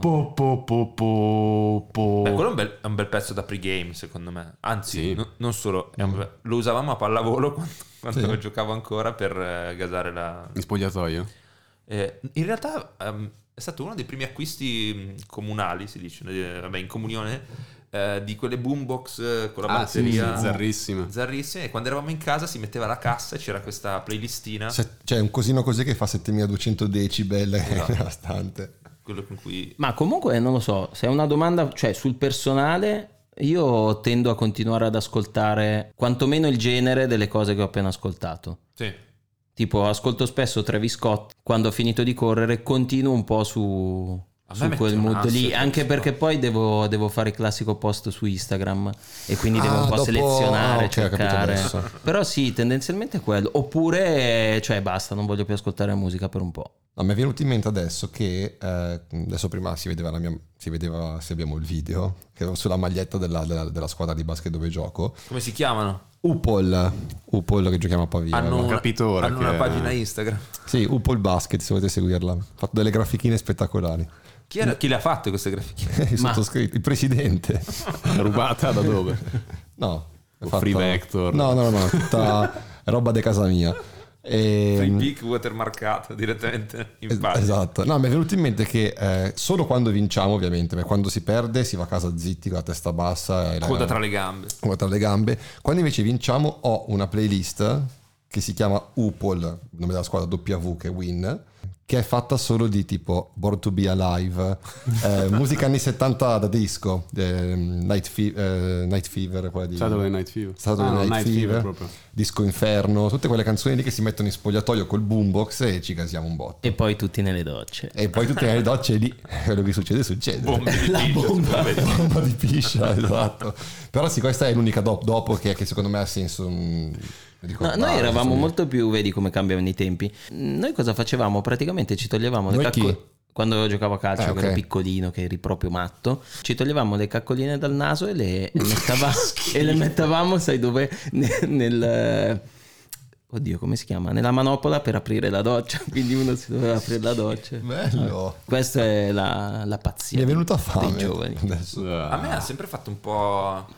Beh, quello è un bel pezzo da pregame, secondo me. Anzi, Sì. non solo. Lo usavamo a pallavolo quando Sì. giocavo ancora per gasare la... In spogliatoio? In realtà è stato uno dei primi acquisti comunali, si dice, vabbè, in comunione, di quelle boombox con la batteria. Sì, zarrissima. Zarrissime. E quando eravamo in casa si metteva la cassa e c'era questa playlistina. C'è un cosino così che fa 7200 decibel, è Esatto. devastante. Quello con cui... Ma comunque non lo so, se è una domanda, cioè sul personale, io tendo a continuare ad ascoltare quantomeno il genere delle cose che ho appena ascoltato. Sì. Tipo, ascolto spesso Travis Scott, quando ho finito di correre continuo un po' su A me mette quel mood un'ansia lì, Travis anche Scott. perché poi devo fare il classico post su Instagram e quindi devo un po' dopo- selezionare, ok, ho capito cercare. adesso. Però sì, tendenzialmente è quello. Oppure, cioè basta, non voglio più ascoltare musica per un po'. No, mi è venuto in mente adesso che adesso prima si vedeva se abbiamo il video che avevo sulla maglietta della squadra di basket dove gioco. Come si chiamano? Upol che giochiamo a Pavia. Hanno, ho capito ora hanno che- una pagina Instagram. Sì, Upol Basket, se volete seguirla. Ha fatto delle grafichine spettacolari. Chi le ha fatte queste grafiche? Il sottoscritto, il presidente. Rubata da dove? No. è Free Vector. No, tutta roba di casa mia. Free pick watermarcato direttamente in pagina. Esatto. No, mi è venuto in mente che solo quando vinciamo, ovviamente, perché quando si perde si va a casa zitti con la testa bassa e Coda tra le gambe. coda tra le gambe. Quando invece vinciamo ho una playlist che si chiama UPOL, il nome della squadra W che è Win, che è fatta solo di tipo Born to Be Alive, musica anni 70 da disco, Night Fever, quella di Saturday Night Fever. Night Fever proprio. Disco Inferno, tutte quelle canzoni lì che si mettono in spogliatoio col boombox e ci casiamo un botto. E poi tutti nelle docce. E poi tutte nelle docce lì, quello che succede. La bomba. Bomba di piscia, esatto. Però sì, questa è l'unica dopo che secondo me ha senso. Noi eravamo molto più, vedi come cambiano i tempi. Noi cosa facevamo? Praticamente ci toglievamo le caccoline. Quando giocavo a calcio, che ero piccolino, che eri proprio matto, ci toglievamo le caccoline dal naso e le mettevamo, sai dove? Oddio, come si chiama? Nella manopola per aprire la doccia. Quindi uno si doveva aprire la doccia. Bello. Questa è la pazzia. Mi è venuta fame dei giovani. adesso. A me ha sempre fatto un po'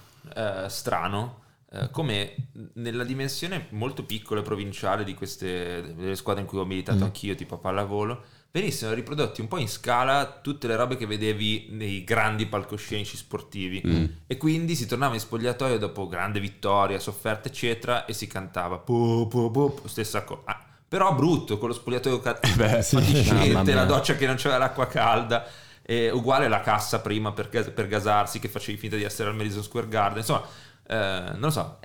strano come nella dimensione molto piccola e provinciale di delle squadre in cui ho militato anch'io, tipo a pallavolo, venissero riprodotti un po' in scala tutte le robe che vedevi nei grandi palcoscenici sportivi e quindi si tornava in spogliatoio dopo grande vittoria, sofferta eccetera e si cantava stessa cosa. Però brutto, con lo spogliatoio fatiscente, la doccia che non c'era l'acqua calda, e uguale la cassa prima per gasarsi che facevi finta di essere al Madison Square Garden, insomma non lo so.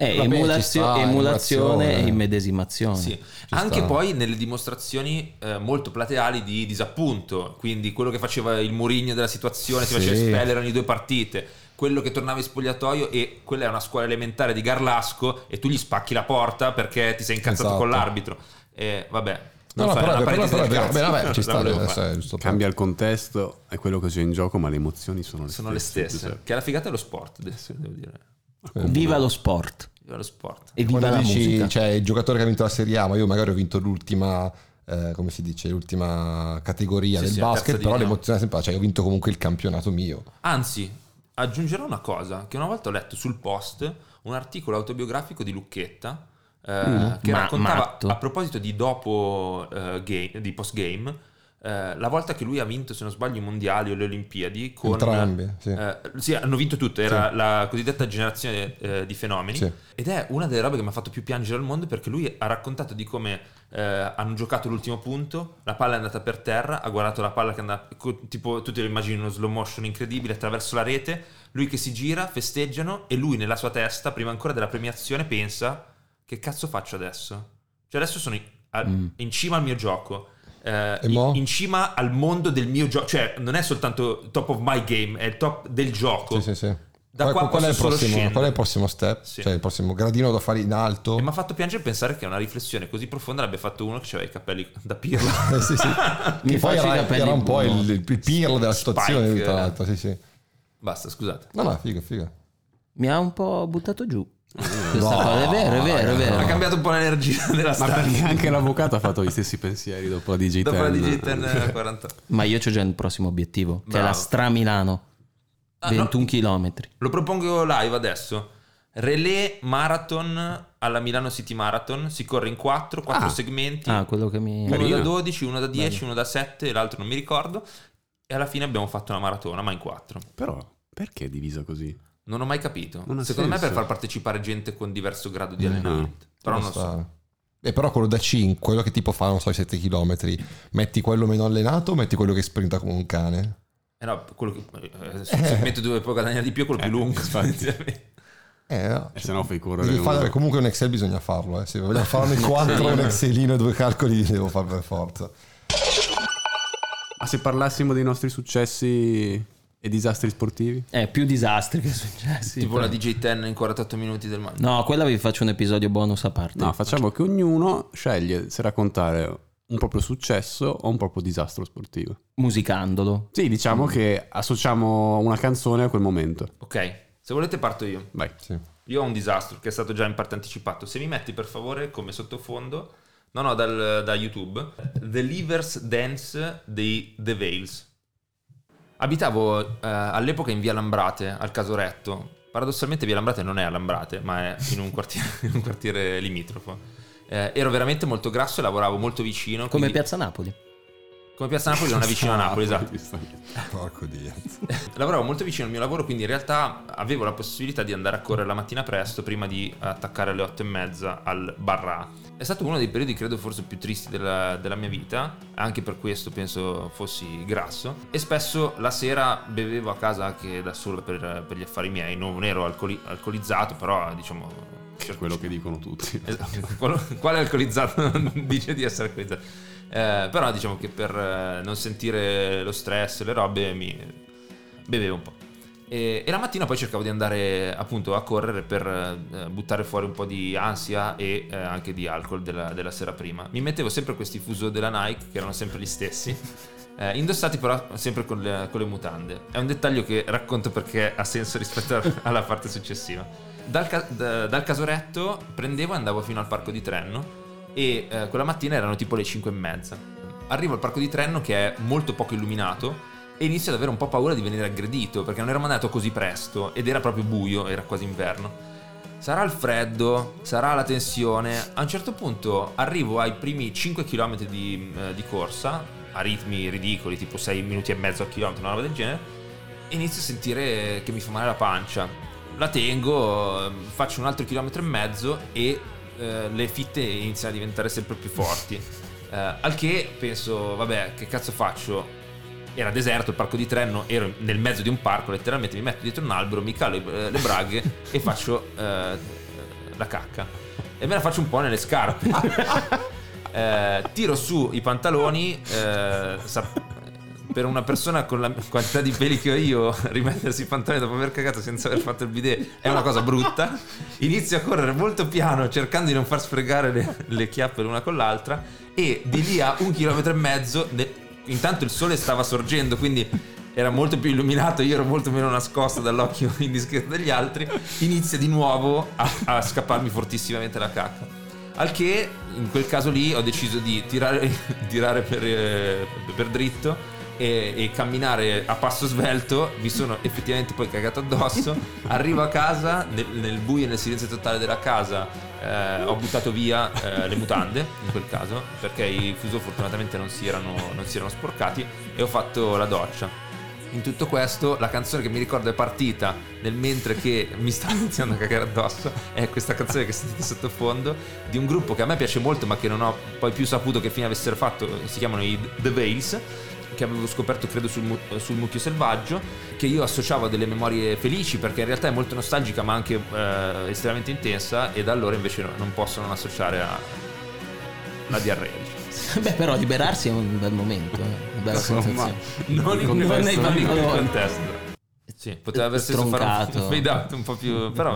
Emulazione e immedesimazione. Sì. Anche poi nelle dimostrazioni molto plateali di disappunto, quindi quello che faceva il Mourinho della situazione, si faceva espellere ogni 2 partite, quello che tornava in spogliatoio e quella è una scuola elementare di Garlasco e tu gli spacchi la porta perché ti sei incazzato con l'arbitro e vabbè. Vabbè, ci sta, cambia il contesto, è quello che c'è in gioco, ma le emozioni sono le stesse. Che la figata è lo sport, adesso devo dire. Viva lo sport. Viva lo sport. E viva la musica. Cioè, il giocatore che ha vinto la Serie A, ma io magari ho vinto l'ultima, come si dice, l'ultima categoria del basket, però l'emozione è sempre, cioè, ho vinto comunque il campionato mio. Anzi, aggiungerò una cosa, che una volta ho letto sul Post un articolo autobiografico di Lucchetta che raccontava a proposito di dopo di post game la volta che lui ha vinto, se non sbaglio, i mondiali o le Olimpiadi con entrambi, sì, hanno vinto tutte, era la cosiddetta generazione di fenomeni, ed è una delle robe che mi ha fatto più piangere al mondo, perché lui ha raccontato di come hanno giocato l'ultimo punto, la palla è andata per terra, ha guardato la palla che andava tipo, tu te lo immagini uno slow motion incredibile attraverso la rete, lui che si gira, festeggiano e lui nella sua testa prima ancora della premiazione pensa: che cazzo faccio adesso? Cioè adesso sono in cima al mio gioco, in cima al mondo del mio gioco, cioè non è soltanto top of my game, è il top del gioco. Sì. Da qua qual è il prossimo step? Sì. Cioè il prossimo gradino da fare in alto? E mi ha fatto piangere pensare che una riflessione così profonda l'abbia fatto uno che aveva i capelli da pirla. Sì. Che poi era un po' il pirlo della situazione, tra l'altro. Sì. Basta, scusate. No, figa. Mi ha un po' buttato giù. È vero. Ha cambiato un po' l'energia della stanza. Ma perché anche l'avvocato ha fatto gli stessi pensieri dopo la DJ10. Dopo la DJ10 40. Ma io c'ho già il prossimo obiettivo, che è la Stra Milano. 21 chilometri. Lo propongo live adesso. Relay marathon alla Milano City Marathon. Si corre in 4 segmenti. Quello che mi... Uno da 12, uno da 10, uno da 7 e l'altro non mi ricordo. E alla fine abbiamo fatto una maratona, ma in 4. Però perché è divisa così? Non ho mai capito. Non ha Secondo me senso. per far partecipare gente con diverso grado di allenamento. Però non lo so. Però quello da 5, quello che tipo fa, non so, i 7 km, metti quello meno allenato o metti quello che sprinta come un cane? No, quello che sul segmento dove puoi guadagnare di più è quello più lungo. No. Se no fai correre comunque un Excel bisogna farlo, se vogliamo farlo in 4 un Excelino e 2 calcoli devo fare per forza. Ma se parlassimo dei nostri successi e disastri sportivi? Più disastri che successi. Tipo la DJ10 in 48 minuti del mondo. No, quella vi faccio un episodio bonus a parte. No, facciamo che ognuno sceglie se raccontare un proprio successo o un proprio disastro sportivo. Musicandolo. Sì, diciamo che associamo una canzone a quel momento. Ok, se volete parto io. Vai. Sì. Io ho un disastro che è stato già in parte anticipato. Se mi metti per favore come sottofondo, da YouTube, The Livers Dance dei The Veils. Abitavo all'epoca in via Lambrate, al Casoretto. Paradossalmente via Lambrate non è a Lambrate, ma è in un quartiere limitrofo. Ero veramente molto grasso e lavoravo molto vicino. Come Piazza Napoli. Come Piazza Napoli non è vicino a Napoli, esatto. Porco Dio. Lavoravo molto vicino al mio lavoro, quindi in realtà avevo la possibilità di andare a correre la mattina presto prima di attaccare alle 8:30 al Barra. È stato uno dei periodi, credo, forse più tristi della mia vita, anche per questo penso fossi grasso, e spesso la sera bevevo a casa anche da solo per gli affari miei. Non ero alcolizzato, però diciamo... Quello che dicono tutti. Quale alcolizzato non dice di essere alcolizzato? Però diciamo che per non sentire lo stress e le robe mi bevevo un po'. E la mattina poi cercavo di andare appunto a correre per buttare fuori un po' di ansia e anche di alcol della sera prima. Mi mettevo sempre questi fuso della Nike, che erano sempre gli stessi, indossati però sempre con le mutande. È un dettaglio che racconto perché ha senso rispetto alla parte successiva. Dal Casoretto prendevo e andavo fino al Parco di Trenno, e quella mattina erano tipo le 5:30. Arrivo al Parco di Trenno, che è molto poco illuminato, e inizio ad avere un po' paura di venire aggredito, perché non eravamo andato così presto ed era proprio buio, era quasi inverno. Sarà il freddo, sarà la tensione. A un certo punto arrivo ai primi 5 km di corsa, a ritmi ridicoli, tipo 6 minuti e mezzo al chilometro, una roba del genere, e inizio a sentire che mi fa male la pancia. La tengo, faccio un altro chilometro e mezzo e le fitte iniziano a diventare sempre più forti. Al che penso, vabbè, che cazzo faccio? Era deserto il Parco di Trenno, ero nel mezzo di un parco, letteralmente mi metto dietro un albero, mi calo le braghe e faccio la cacca. E me la faccio un po' nelle scarpe. Tiro su i pantaloni, per una persona con la quantità di peli che ho io, rimettersi i pantaloni dopo aver cagato senza aver fatto il bidet è una cosa brutta. Inizio a correre molto piano, cercando di non far sfregare le chiappe l'una con l'altra, e di lì a 1,5 chilometri, intanto il sole stava sorgendo, quindi era molto più illuminato, io ero molto meno nascosto dall'occhio indiscreto degli altri. Inizia di nuovo a scapparmi fortissimamente la cacca, al che in quel caso lì ho deciso di tirare per dritto e camminare a passo svelto. Mi sono effettivamente poi cagato addosso. Arrivo a casa, nel buio e nel silenzio totale della casa, ho buttato via le mutande in quel caso, perché i fuso fortunatamente non si erano sporcati, e ho fatto la doccia. In tutto questo la canzone che mi ricordo è partita nel mentre che mi stavo iniziando a cagare addosso. È questa canzone che sentite sottofondo, di un gruppo che a me piace molto ma che non ho poi più saputo che fine avessero fatto. Si chiamano i The Veils, che avevo scoperto credo sul Mucchio Selvaggio, che io associavo a delle memorie felici, perché in realtà è molto nostalgica ma anche estremamente intensa, e da allora invece non posso non associare alla diarrea, diciamo. Beh, però liberarsi è un bel momento, una bella sensazione. Non nei contesto. Sì, poteva aver senso fare un fade out un po' più, però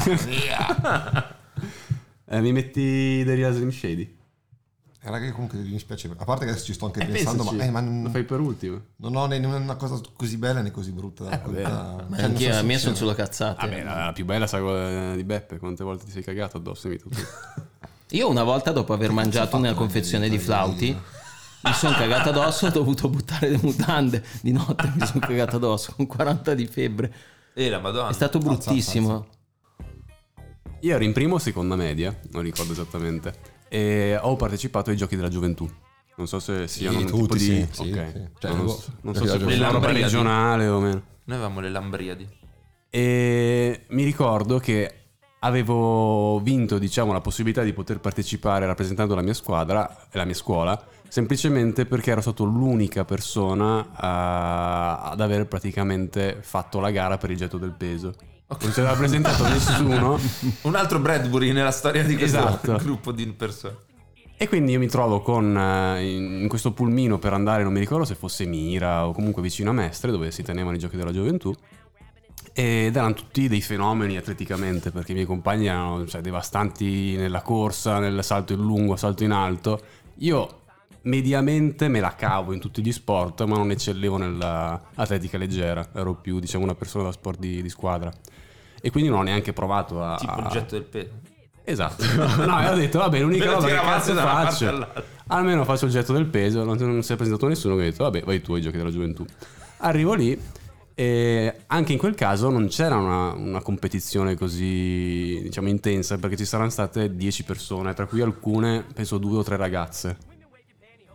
mi metti The Real Slim Shady? Raga, comunque mi spiace, a parte che ci sto anche pensando, ma lo fai per ultimo. Non ho né una cosa così bella né così brutta. Anche a me sono solo cazzate. Vabbè, la più bella sa quella di Beppe. Quante volte ti sei cagato addosso? Io una volta, dopo aver mangiato una confezione di flauti, mi sono cagato addosso, ho dovuto buttare le mutande di notte, mi sono cagato addosso con 40 di febbre. La Madonna. È stato bruttissimo. Io ero in primo o seconda media, non ricordo esattamente, e ho partecipato ai Giochi della Gioventù. Non so se siano un tipo di... Sì, ok. sì. Cioè, non so se le fosse una roba Lambriadi regionale o meno. Noi avevamo le Lambriadi. E mi ricordo che avevo vinto, diciamo, la possibilità di poter partecipare rappresentando la mia squadra e la mia scuola, semplicemente perché ero stato l'unica persona ad aver praticamente fatto la gara per il getto del peso. Non si era presentato nessuno. Un altro Bradbury nella storia di questo Esatto. gruppo di persone. E quindi io mi trovo in questo pulmino per andare, non mi ricordo se fosse Mira o comunque vicino a Mestre, dove si tenevano i Giochi della Gioventù, ed erano tutti dei fenomeni atleticamente, perché i miei compagni erano, cioè, devastanti nella corsa, nel salto in lungo, salto in alto. Io mediamente me la cavo in tutti gli sport, ma non eccellevo nell'atletica leggera, ero più, diciamo, una persona da sport di squadra, e quindi non ho neanche provato a... Tipo il getto del peso. Esatto. No, ho detto vabbè, l'unica roba che cazzo faccio, almeno faccio il getto del peso. Non si è presentato nessuno, che ho detto vabbè, vai tu ai Giochi della Gioventù. Arrivo lì e anche in quel caso non c'era una competizione così, diciamo, intensa, perché ci saranno state 10 persone, tra cui alcune penso 2 o 3 ragazze.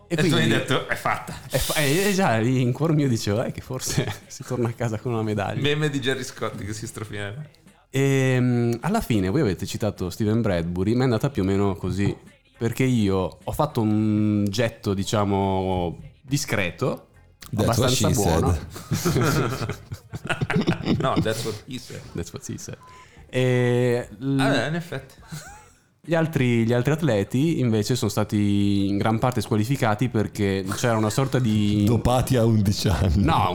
E tu hai detto, è fatta. Già, lì in cuore mio dicevo, che forse si torna a casa con una medaglia. Meme di Gerry Scotti che si strofina. E alla fine, voi avete citato Steven Bradbury, ma è andata più o meno così, perché io ho fatto un getto, diciamo, discreto, abbastanza buono. No, that's what he said. That's what he said. E in effetti. Gli altri atleti invece sono stati in gran parte squalificati perché c'era una sorta di... Dopati a 11 anni. No,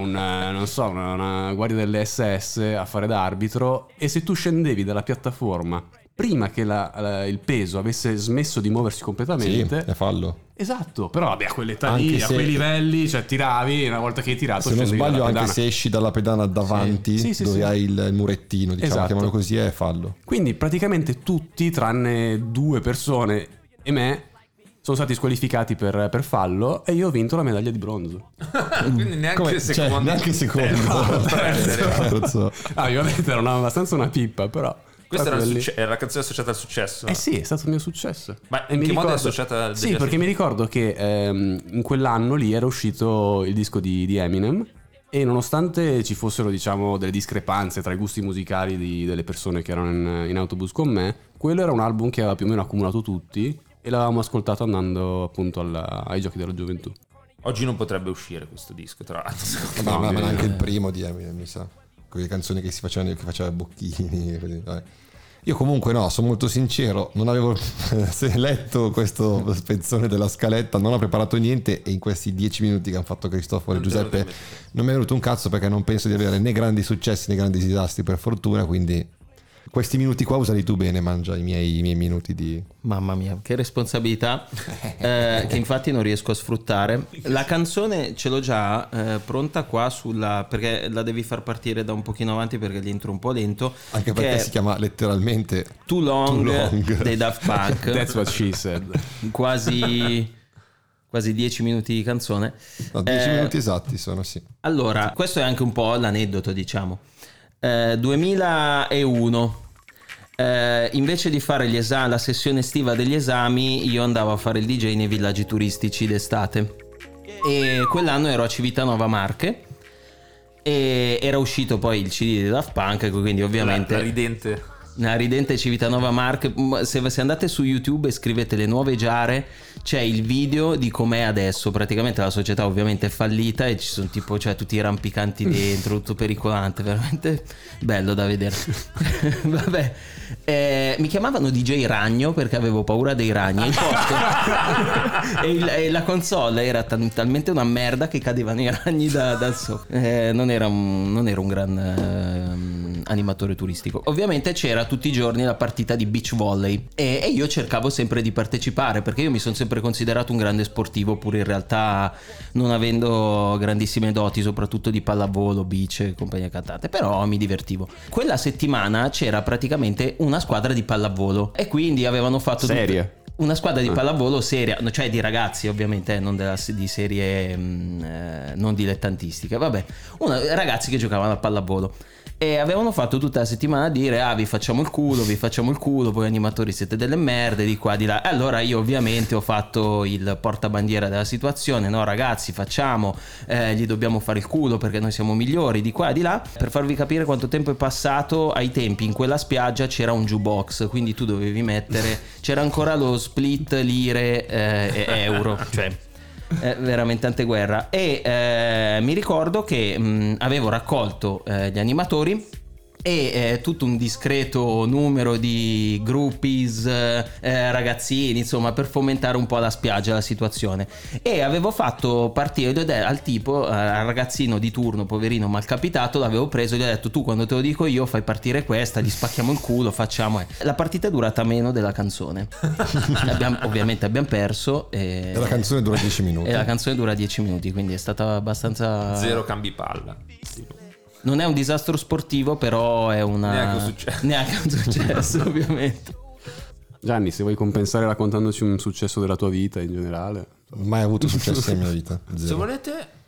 una guardia delle SS a fare da arbitro, e se tu scendevi dalla piattaforma prima che il peso avesse smesso di muoversi completamente... Sì, è fallo. Esatto, però vabbè, a quell'età lì, a quei livelli, cioè tiravi, una volta che hai tirato... Se non sbaglio, anche se esci dalla pedana davanti, dove hai il murettino, diciamo, esatto, chiamano così, è fallo. Quindi praticamente tutti, tranne 2 persone e me, sono stati squalificati per fallo, e io ho vinto la medaglia di bronzo. Quindi neanche secondo. Neanche secondo. Terzo. Ovviamente era abbastanza una pippa, però... Questa era la canzone associata al successo? Sì, è stato il mio successo. Ma in che modo è associata al... Sì, perché mi ricordo che in quell'anno lì era uscito il disco di Eminem, e nonostante ci fossero, diciamo, delle discrepanze tra i gusti musicali delle persone che erano in autobus con me, quello era un album che aveva più o meno accumulato tutti, e l'avevamo ascoltato andando appunto ai Giochi della Gioventù. Oggi non potrebbe uscire questo disco, tra l'altro. Ma anche il primo di Eminem, mi sa. Quelle canzoni che si facevano, che faceva bocchini, così, vabbè. Io comunque sono molto sincero, non avevo letto questo spezzone della scaletta, non ho preparato niente, e in questi 10 minuti che hanno fatto Cristoforo e Giuseppe non mi è venuto un cazzo, perché non penso di avere né grandi successi né grandi disastri, per fortuna, quindi questi minuti qua usali tu bene, mangia i miei minuti di... Mamma mia, che responsabilità, che infatti non riesco a sfruttare. La canzone ce l'ho già pronta qua perché la devi far partire da un pochino avanti, perché l'intro è un po' lento. Anche perché si chiama letteralmente Too Long dei Daft Punk. That's what she said. Quasi 10 minuti di canzone. 10 minuti esatti sono, sì. Allora, questo è anche un po' l'aneddoto, diciamo. 2001, invece di fare la sessione estiva degli esami, io andavo a fare il DJ nei villaggi turistici d'estate, e quell'anno ero a Civitanova Marche, e era uscito poi il CD di Daft Punk, quindi ovviamente la ridente Civitanova Marche. Se andate su YouTube e scrivete Le Nuove Giare, c'è il video di com'è adesso. Praticamente la società ovviamente è fallita, e ci sono tipo, cioè, tutti i rampicanti dentro, tutto pericolante, veramente bello da vedere. Vabbè, mi chiamavano DJ Ragno perché avevo paura dei ragni. Il posto e la console era talmente una merda che cadevano i ragni dal sopra. Non era un gran animatore turistico. Ovviamente c'era tutti i giorni la partita di beach volley, e io cercavo sempre di partecipare, perché io mi sono sempre considerato un grande sportivo, pur in realtà non avendo grandissime doti, soprattutto di pallavolo, beach e compagnia cantante, però mi divertivo. Quella settimana c'era praticamente una squadra di pallavolo, e quindi avevano fatto una squadra di pallavolo seria, cioè di ragazzi ovviamente, non di serie non dilettantistiche, vabbè, ragazzi che giocavano a pallavolo. E avevano fatto tutta la settimana a dire: vi facciamo il culo, voi animatori siete delle merde, di qua di là. E allora io ovviamente ho fatto il portabandiera della situazione: no ragazzi, gli dobbiamo fare il culo perché noi siamo migliori, di qua di là. Per farvi capire quanto tempo è passato, ai tempi in quella spiaggia c'era un jukebox, quindi tu dovevi mettere, c'era ancora lo split lire e euro, cioè veramente anteguerra. E mi ricordo che avevo raccolto gli animatori e tutto un discreto numero di groupies, ragazzini, insomma, per fomentare un po' la spiaggia, la situazione. E avevo fatto partire al tipo, al ragazzino di turno, poverino malcapitato, l'avevo preso e gli ho detto: tu quando te lo dico io fai partire questa, gli spacchiamo il culo, facciamo. La partita è durata meno della canzone. Ovviamente abbiamo perso, e la canzone dura 10 minuti. E la canzone dura 10 minuti, quindi è stata abbastanza... Zero cambi palla. Non è un disastro sportivo, però è neanche un successo ovviamente. Gianni, se vuoi compensare raccontandoci un successo della tua vita in generale. Mai avuto successo nella mia vita. Se volete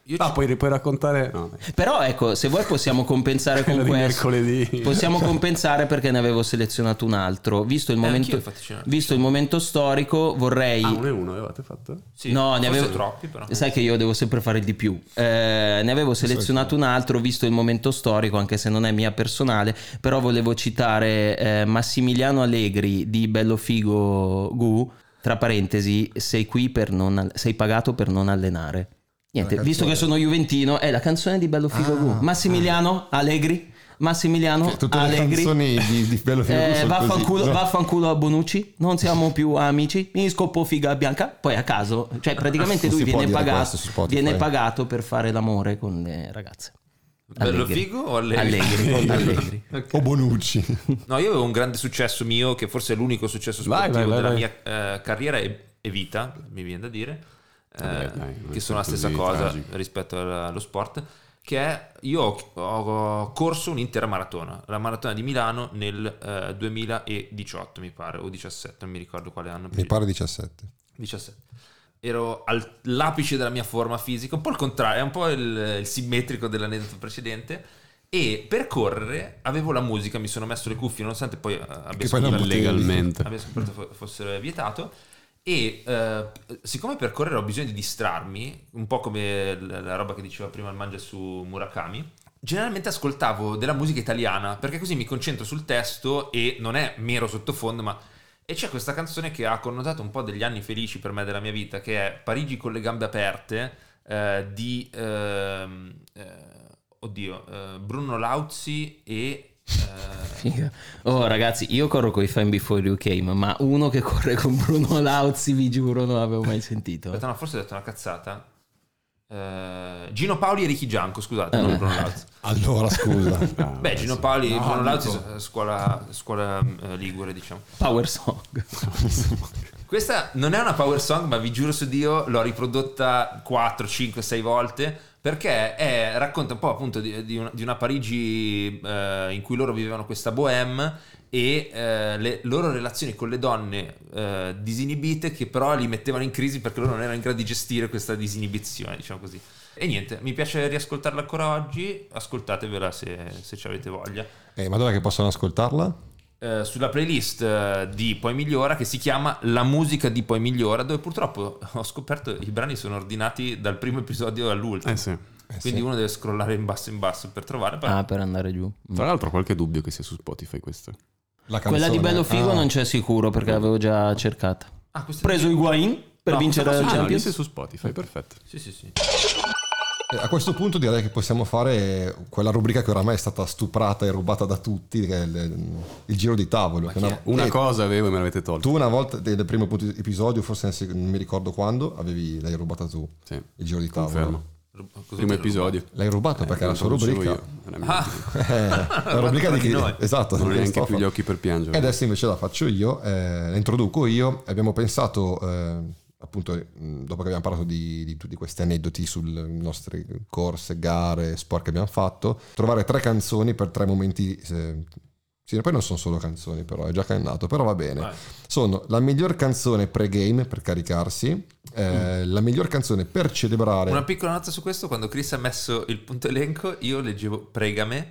Puoi raccontare? No. Però ecco, se vuoi possiamo compensare con Quello di questo. mercoledì. Possiamo compensare perché ne avevo selezionato un altro. Visto il momento, anch'io, infatti, visto il momento storico, vorrei. 1-1 avevate fatto? Sì, No, ne forse avevo troppi, però. Sai che io devo sempre fare il di più. Ne avevo selezionato un altro, visto il momento storico, anche se non è mia personale. Però volevo citare Massimiliano Allegri di Bello Figo Gu. Tra parentesi, sei pagato per non allenare. Niente, visto che sono juventino, è la canzone di Bello Figo Gu. Massimiliano Allegri. Massimiliano Tutte Allegri. le canzoni di Bello Figo Gu sono vaffanculo, così. No. vaffanculo a Bonucci, non siamo più amici, mi scoppo figa bianca. Poi a caso, cioè praticamente Non lui si può viene dire pagato, questo su Spotify. viene pagato per fare l'amore con le ragazze. Bello Allegri. Figo o Allegri? Allegri. O Bonucci. No, io avevo un grande successo mio, che forse è l'unico successo Vai, sportivo vai, della vai. mia carriera e vita, mi viene da dire, Vabbè, dai, non che è sono la stessa così cosa tragico. rispetto allo sport, che è, io ho corso un'intera maratona, la maratona di Milano nel 2018 mi pare, o 17, non mi ricordo quale anno. Mi pare 17. 17. Ero all'apice della mia forma fisica, un po' il contrario, è un po' il simmetrico dell'aneddoto precedente. E per correre avevo la musica, mi sono messo le cuffie, nonostante poi abbia poi non scoperto, legalmente. abbia scoperto fosse vietato. E siccome per correre ho bisogno di distrarmi, un po' come la roba che diceva prima il Mangia su Murakami, generalmente ascoltavo della musica italiana, perché così mi concentro sul testo e non è mero sottofondo, ma... E c'è questa canzone che ha connotato un po' degli anni felici per me della mia vita, che è Parigi con le gambe aperte, di Bruno Lauzi e Figa. Oh ragazzi, io corro con i Fine Before You Came, ma uno che corre con Bruno Lauzi, vi giuro, non l'avevo mai sentito. aspetta, no, forse ho detto una cazzata. Gino Paoli e Ricky Gianco, scusate, non Bruno Lauzi. Allora, scusa. Beh, Gino Paoli e Bruno Lauzi, scuola ligure, diciamo. Power song. Questa non è una power song, ma vi giuro su Dio l'ho riprodotta 4, 5, 6 volte, perché racconta un po' appunto di una Parigi in cui loro vivevano questa bohème e le loro relazioni con le donne disinibite, che però li mettevano in crisi perché loro non erano in grado di gestire questa disinibizione, diciamo così. E niente, mi piace riascoltarla ancora oggi, ascoltatevela se ci avete voglia. Ma dov'è che possono ascoltarla? Sulla playlist di Poi Migliora, che si chiama La musica di Poi Migliora, dove purtroppo ho scoperto i brani sono ordinati dal primo episodio all'ultimo. Sì. Quindi uno deve scrollare in basso per trovare. Per andare giù. Tra l'altro ho qualche dubbio che sia su Spotify questa. La Quella di Bello Figo non c'è sicuro perché l'avevo già cercata. Questa Preso Higuain per No, vincere la questa Lì sei Champions. su Spotify, perfetto. Sì. A questo punto direi che possiamo fare quella rubrica che oramai è stata stuprata e rubata da tutti, che è il giro di tavolo. Che chi è? Una cosa avevo e me l'avete tolta. Tu una volta, nel primo episodio, forse non mi ricordo quando, l'hai rubata tu, Sì, il giro di tavolo. confermo. Cosa Primo episodio. L'hai rubato perché è la sua non rubrica. io. Era mia. La rubrica di chi? noi. Esatto. Non ho di neanche Stoffa. più gli occhi per E piangere. adesso invece la faccio io, la introduco io. Abbiamo pensato, appunto, dopo che abbiamo parlato di tutti questi aneddoti sulle nostre corse, gare, sport che abbiamo fatto, trovare 3 canzoni per 3 momenti. Sì, poi non sono solo canzoni, però è già cannato, però va bene. Vai. Sono la miglior canzone pre-game per caricarsi, la miglior canzone per celebrare. Una piccola nota su questo: quando Chris ha messo il punto elenco, io leggevo Pregame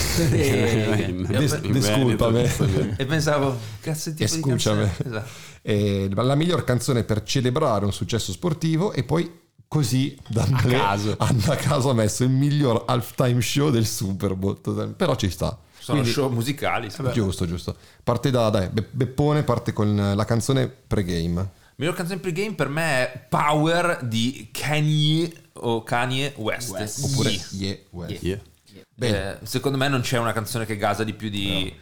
Disculpami. e pensavo, cazzo di tipo di Escúchame. canzone? Esatto. La miglior canzone per celebrare un successo sportivo, e poi così da a caso ha messo il miglior halftime show del Super Bowl, però ci sta. Sono Quindi, show musicali. sì. giusto. Parte Beppone parte con la canzone pre-game. Miglior canzone pre-game per me è Power di Kanye West. Oppure Yee. West. Yeah. Bene. Secondo me non c'è una canzone che gasa di più di...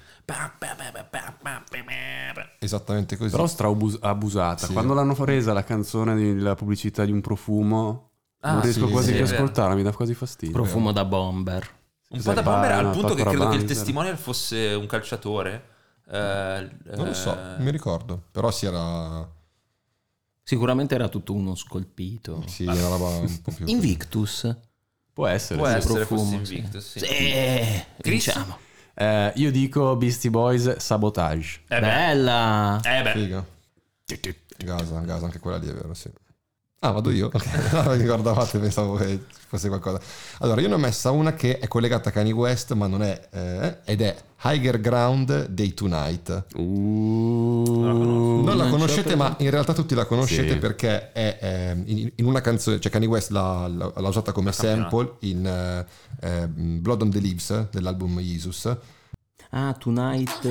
Esattamente così. Però abusata. Sì. Quando l'hanno resa la canzone della pubblicità di un profumo, non riesco sì, quasi sì, più a è vero. ascoltarla, mi dà quasi fastidio. Profumo da bomber. Un po' da bomber, al no, punto che Tocco credo che il Rabanne, testimonial fosse un calciatore. Non lo so, non mi ricordo. Però si era... Sicuramente era tutto uno scolpito. Sì, era una roba un po' più... Invictus. Può essere. Può sì. essere profumo, fosse sì. Invictus, sì. Chris? Diciamo. Io dico Beastie Boys Sabotage. Beh. Bella. Beh. Figa. Gasa, anche quella lì è vero, sì. Ah, vado io? Ok, non mi ricordavate, pensavo che fosse qualcosa. Allora, io ne ho messa una che è collegata a Kanye West, ma non è, ed è Higher Ground Day to Night. Non la conoscete, ma in realtà tutti la conoscete, Sì. perché è in una canzone, cioè Kanye West l'ha usata come sample in Blood on the Leaves dell'album Jesus. Ah, Tonight.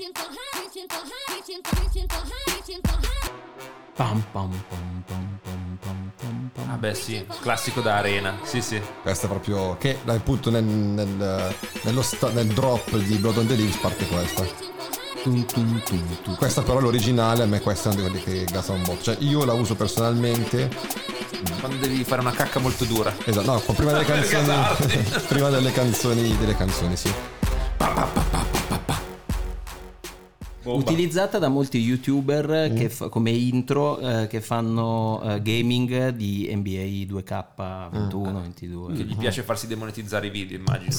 Pam pam pam pam pam pam pam pam. Ah beh sì, classico da arena. Sì, sì. Questa è proprio che appunto nel drop di Blood on the Leaves parte questa. Tum, tum, tum, tum. Questa però è l'originale, a me questa è una di quelle che gasa un po'. Cioè io la uso personalmente. Quando devi fare una cacca molto dura. Esatto, no, prima delle canzoni. Prima delle canzoni, sì. Utilizzata da molti YouTuber che come intro che fanno gaming di NBA 2K21, 22. Che gli piace farsi demonetizzare i video, immagino.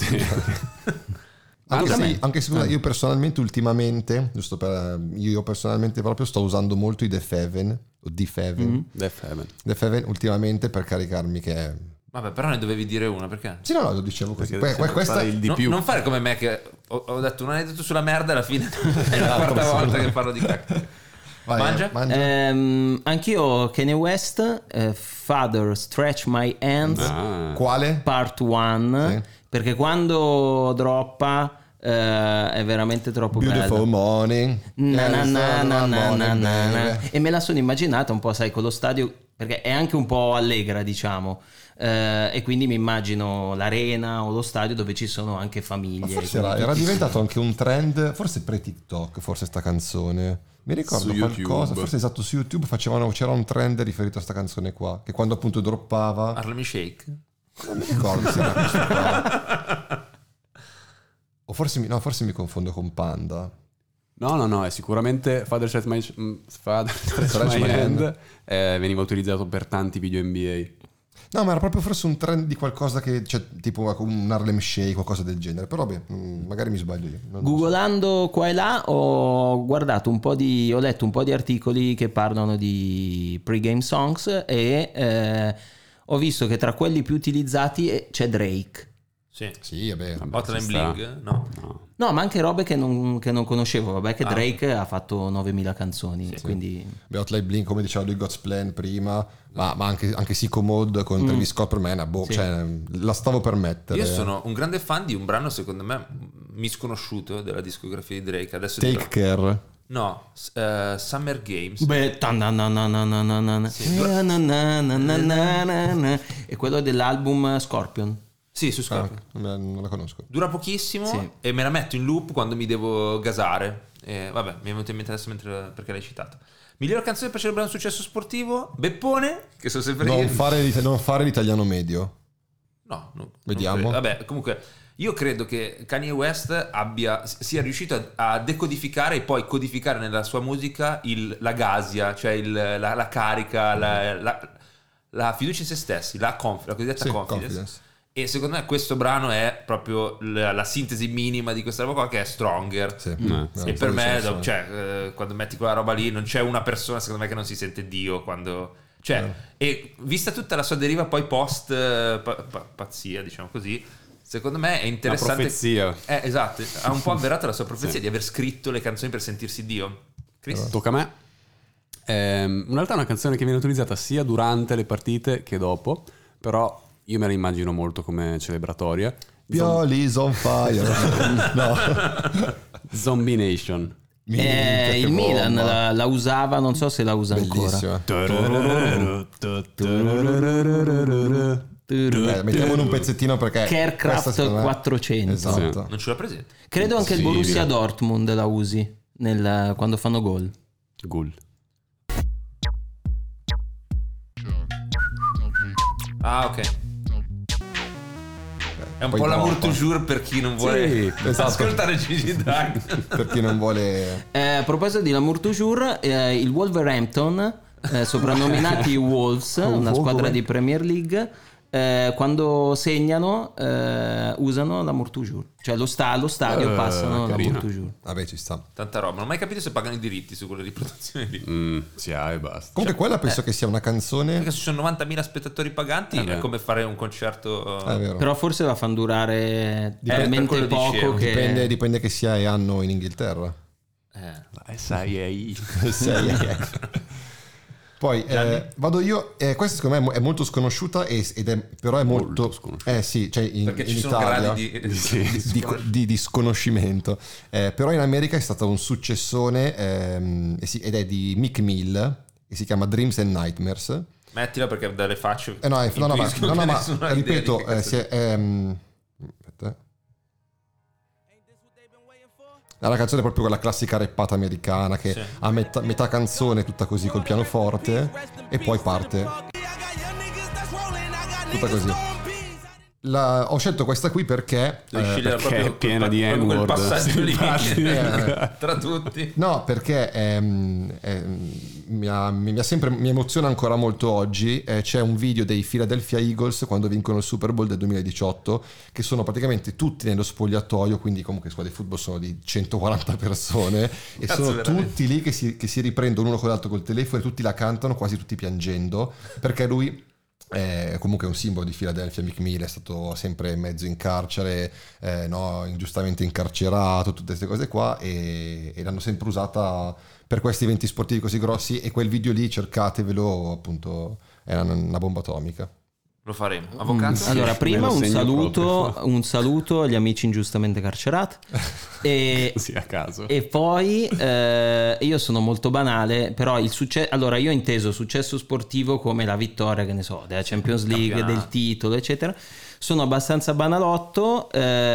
Anche se io personalmente ultimamente, giusto per io personalmente proprio sto usando molto i Def Heaven o Def Heaven. Def Heaven ultimamente per caricarmi, che è... Vabbè, però ne dovevi dire una, perché? Sì, no, lo dicevo così. Perché Questa il di No, più. non fare come me che ho detto un aneddoto sulla merda e alla fine è la quarta volta che parlo di cacca. vai, Mangia? Anch'io Kanye West, Father Stretch My Hands, Quale? Part 1, Sì. perché quando droppa è veramente troppo Beautiful bella. Morning. E me la sono immaginata un po', sai, con lo stadio, perché è anche un po' allegra, diciamo. E quindi mi immagino l'arena o lo stadio dove ci sono anche famiglie. Forse quindi era tutti- diventato anche un trend, forse pre-TikTok, forse sta canzone. Mi ricordo Su qualcosa, YouTube. forse esatto, su YouTube c'era un trend riferito a sta canzone qua, che quando appunto droppava, Harlem Shake? non mi ricordo se era questo qua. O forse mi confondo con Panda. No, è sicuramente Father Stretch My Hand, veniva utilizzato per tanti video NBA. No, ma era proprio forse un trend di qualcosa che, cioè, tipo un Harlem Shake, qualcosa del genere. Però vabbè, magari mi sbaglio io. Non lo so. Googolando qua e là ho letto un po' di articoli che parlano di pregame songs e ho visto che tra quelli più utilizzati c'è Drake. Sì. Sì, vabbè. Hotline ci sta. Bling? No. No, ma anche robe che non conoscevo. Vabbè, che Drake ha fatto 9000 canzoni. Quindi Beh, Hotline Bling, come diceva lui, God's Plan prima, ma anche Sicko Mode con Travis Scott, per me è una cioè, la stavo per mettere. Io sono un grande fan di un brano, secondo me, misconosciuto della discografia di Drake. Adesso Take Care. No, Summer Games. beh, e quello dell'album Scorpion. Sì, su Scorpio. Non la conosco. Dura pochissimo Sì. e me la metto in loop quando mi devo gasare. E vabbè, mi è venuto in mente adesso perché l'hai citato. Miglior canzone per celebrare un successo sportivo? Beppone, che sono sempre Non io. fare l'italiano medio. No, Vediamo. Vabbè, comunque io credo che Kanye West sia riuscito a decodificare e poi codificare nella sua musica la gasia, cioè la carica, la fiducia in se stessi, la cosiddetta Sì, confidence. E secondo me questo brano è proprio la sintesi minima di questa roba qua, che è Stronger. Sì. E per me, quando metti quella roba lì, non c'è una persona, secondo me, che non si sente Dio quando... e vista tutta la sua deriva poi post pazzia, diciamo così, secondo me è interessante. La profezia. Esatto, ha un po' avverato la sua profezia di aver scritto le canzoni per sentirsi Dio. Chris? Tocca a me. In realtà è una canzone che viene utilizzata sia durante le partite che dopo, però io me la immagino molto come celebratoria. Pioli's on fire. No. Zombie Nation. Il Milan la usava, non so se la usa ancora. Bellissima. Mettiamone un pezzettino perché Carecraft questa, secondo me- 400. Esatto. Non ce l'ho presente. Credo anche il Sì, Borussia Dortmund la usi quando fanno gol. Ghoul. Ah, ok. È un Poi po' l'amour droppa. toujours per chi non vuole esatto. ascoltare Gigi D'Agostino. Per chi non vuole... A proposito di l'amour toujours, il Wolverhampton, soprannominati Wolves, una squadra di Premier League, quando segnano usano l'amour toujours, cioè allo stadio passano l'amour toujours. Vabbè, ci sta. Tanta roba, non ho mai capito se pagano i diritti su quelle riproduzioni lì. Si ha e basta. Comunque quella penso che sia una canzone. Perché se ci sono 90.000 spettatori paganti è come fare un concerto. È vero. Però forse la fanno durare per talmente quello poco dicevo. che Dipende che sia e anno in Inghilterra. SIAE. Poi vado io. Questa secondo me è molto sconosciuta ed è però è molto sconosciuta. sì, cioè in Perché ci sono Italia gradi di sconoscimento. Però in America è stato un successone ed è di Meek Mill e si chiama Dreams and Nightmares. Mettila perché dalle facce. No, intuisco che ma nessuno ha idea ripeto, di che cosa aspetta. La canzone è proprio quella classica rappata americana che ha metà canzone tutta così col pianoforte e poi parte tutta così. Ho scelto questa qui perché è piena di quel N-word passaggio lì simpatico. tra tutti. no, perché mi emoziona ancora molto oggi. C'è un video dei Philadelphia Eagles quando vincono il Super Bowl del 2018 che sono praticamente tutti nello spogliatoio, quindi comunque squadre di football sono di 140 persone e Cazzo, sono veramente. tutti lì che si riprendono uno con l'altro col telefono e tutti la cantano, quasi tutti piangendo, perché lui comunque è un simbolo di Philadelphia. Meek Mill è stato sempre in mezzo in carcere, ingiustamente incarcerato, tutte queste cose qua, e l'hanno sempre usata per questi eventi sportivi così grossi, e quel video lì cercatevelo, appunto è una bomba atomica. Lo faremo. Avvocato? allora prima me lo segno proprio. un saluto agli amici ingiustamente carcerati e Sì, a caso. E poi io sono molto banale, però il successo, allora io ho inteso successo sportivo come la vittoria, che ne so, della Champions League, Campionato. del titolo, eccetera. Sono abbastanza banalotto,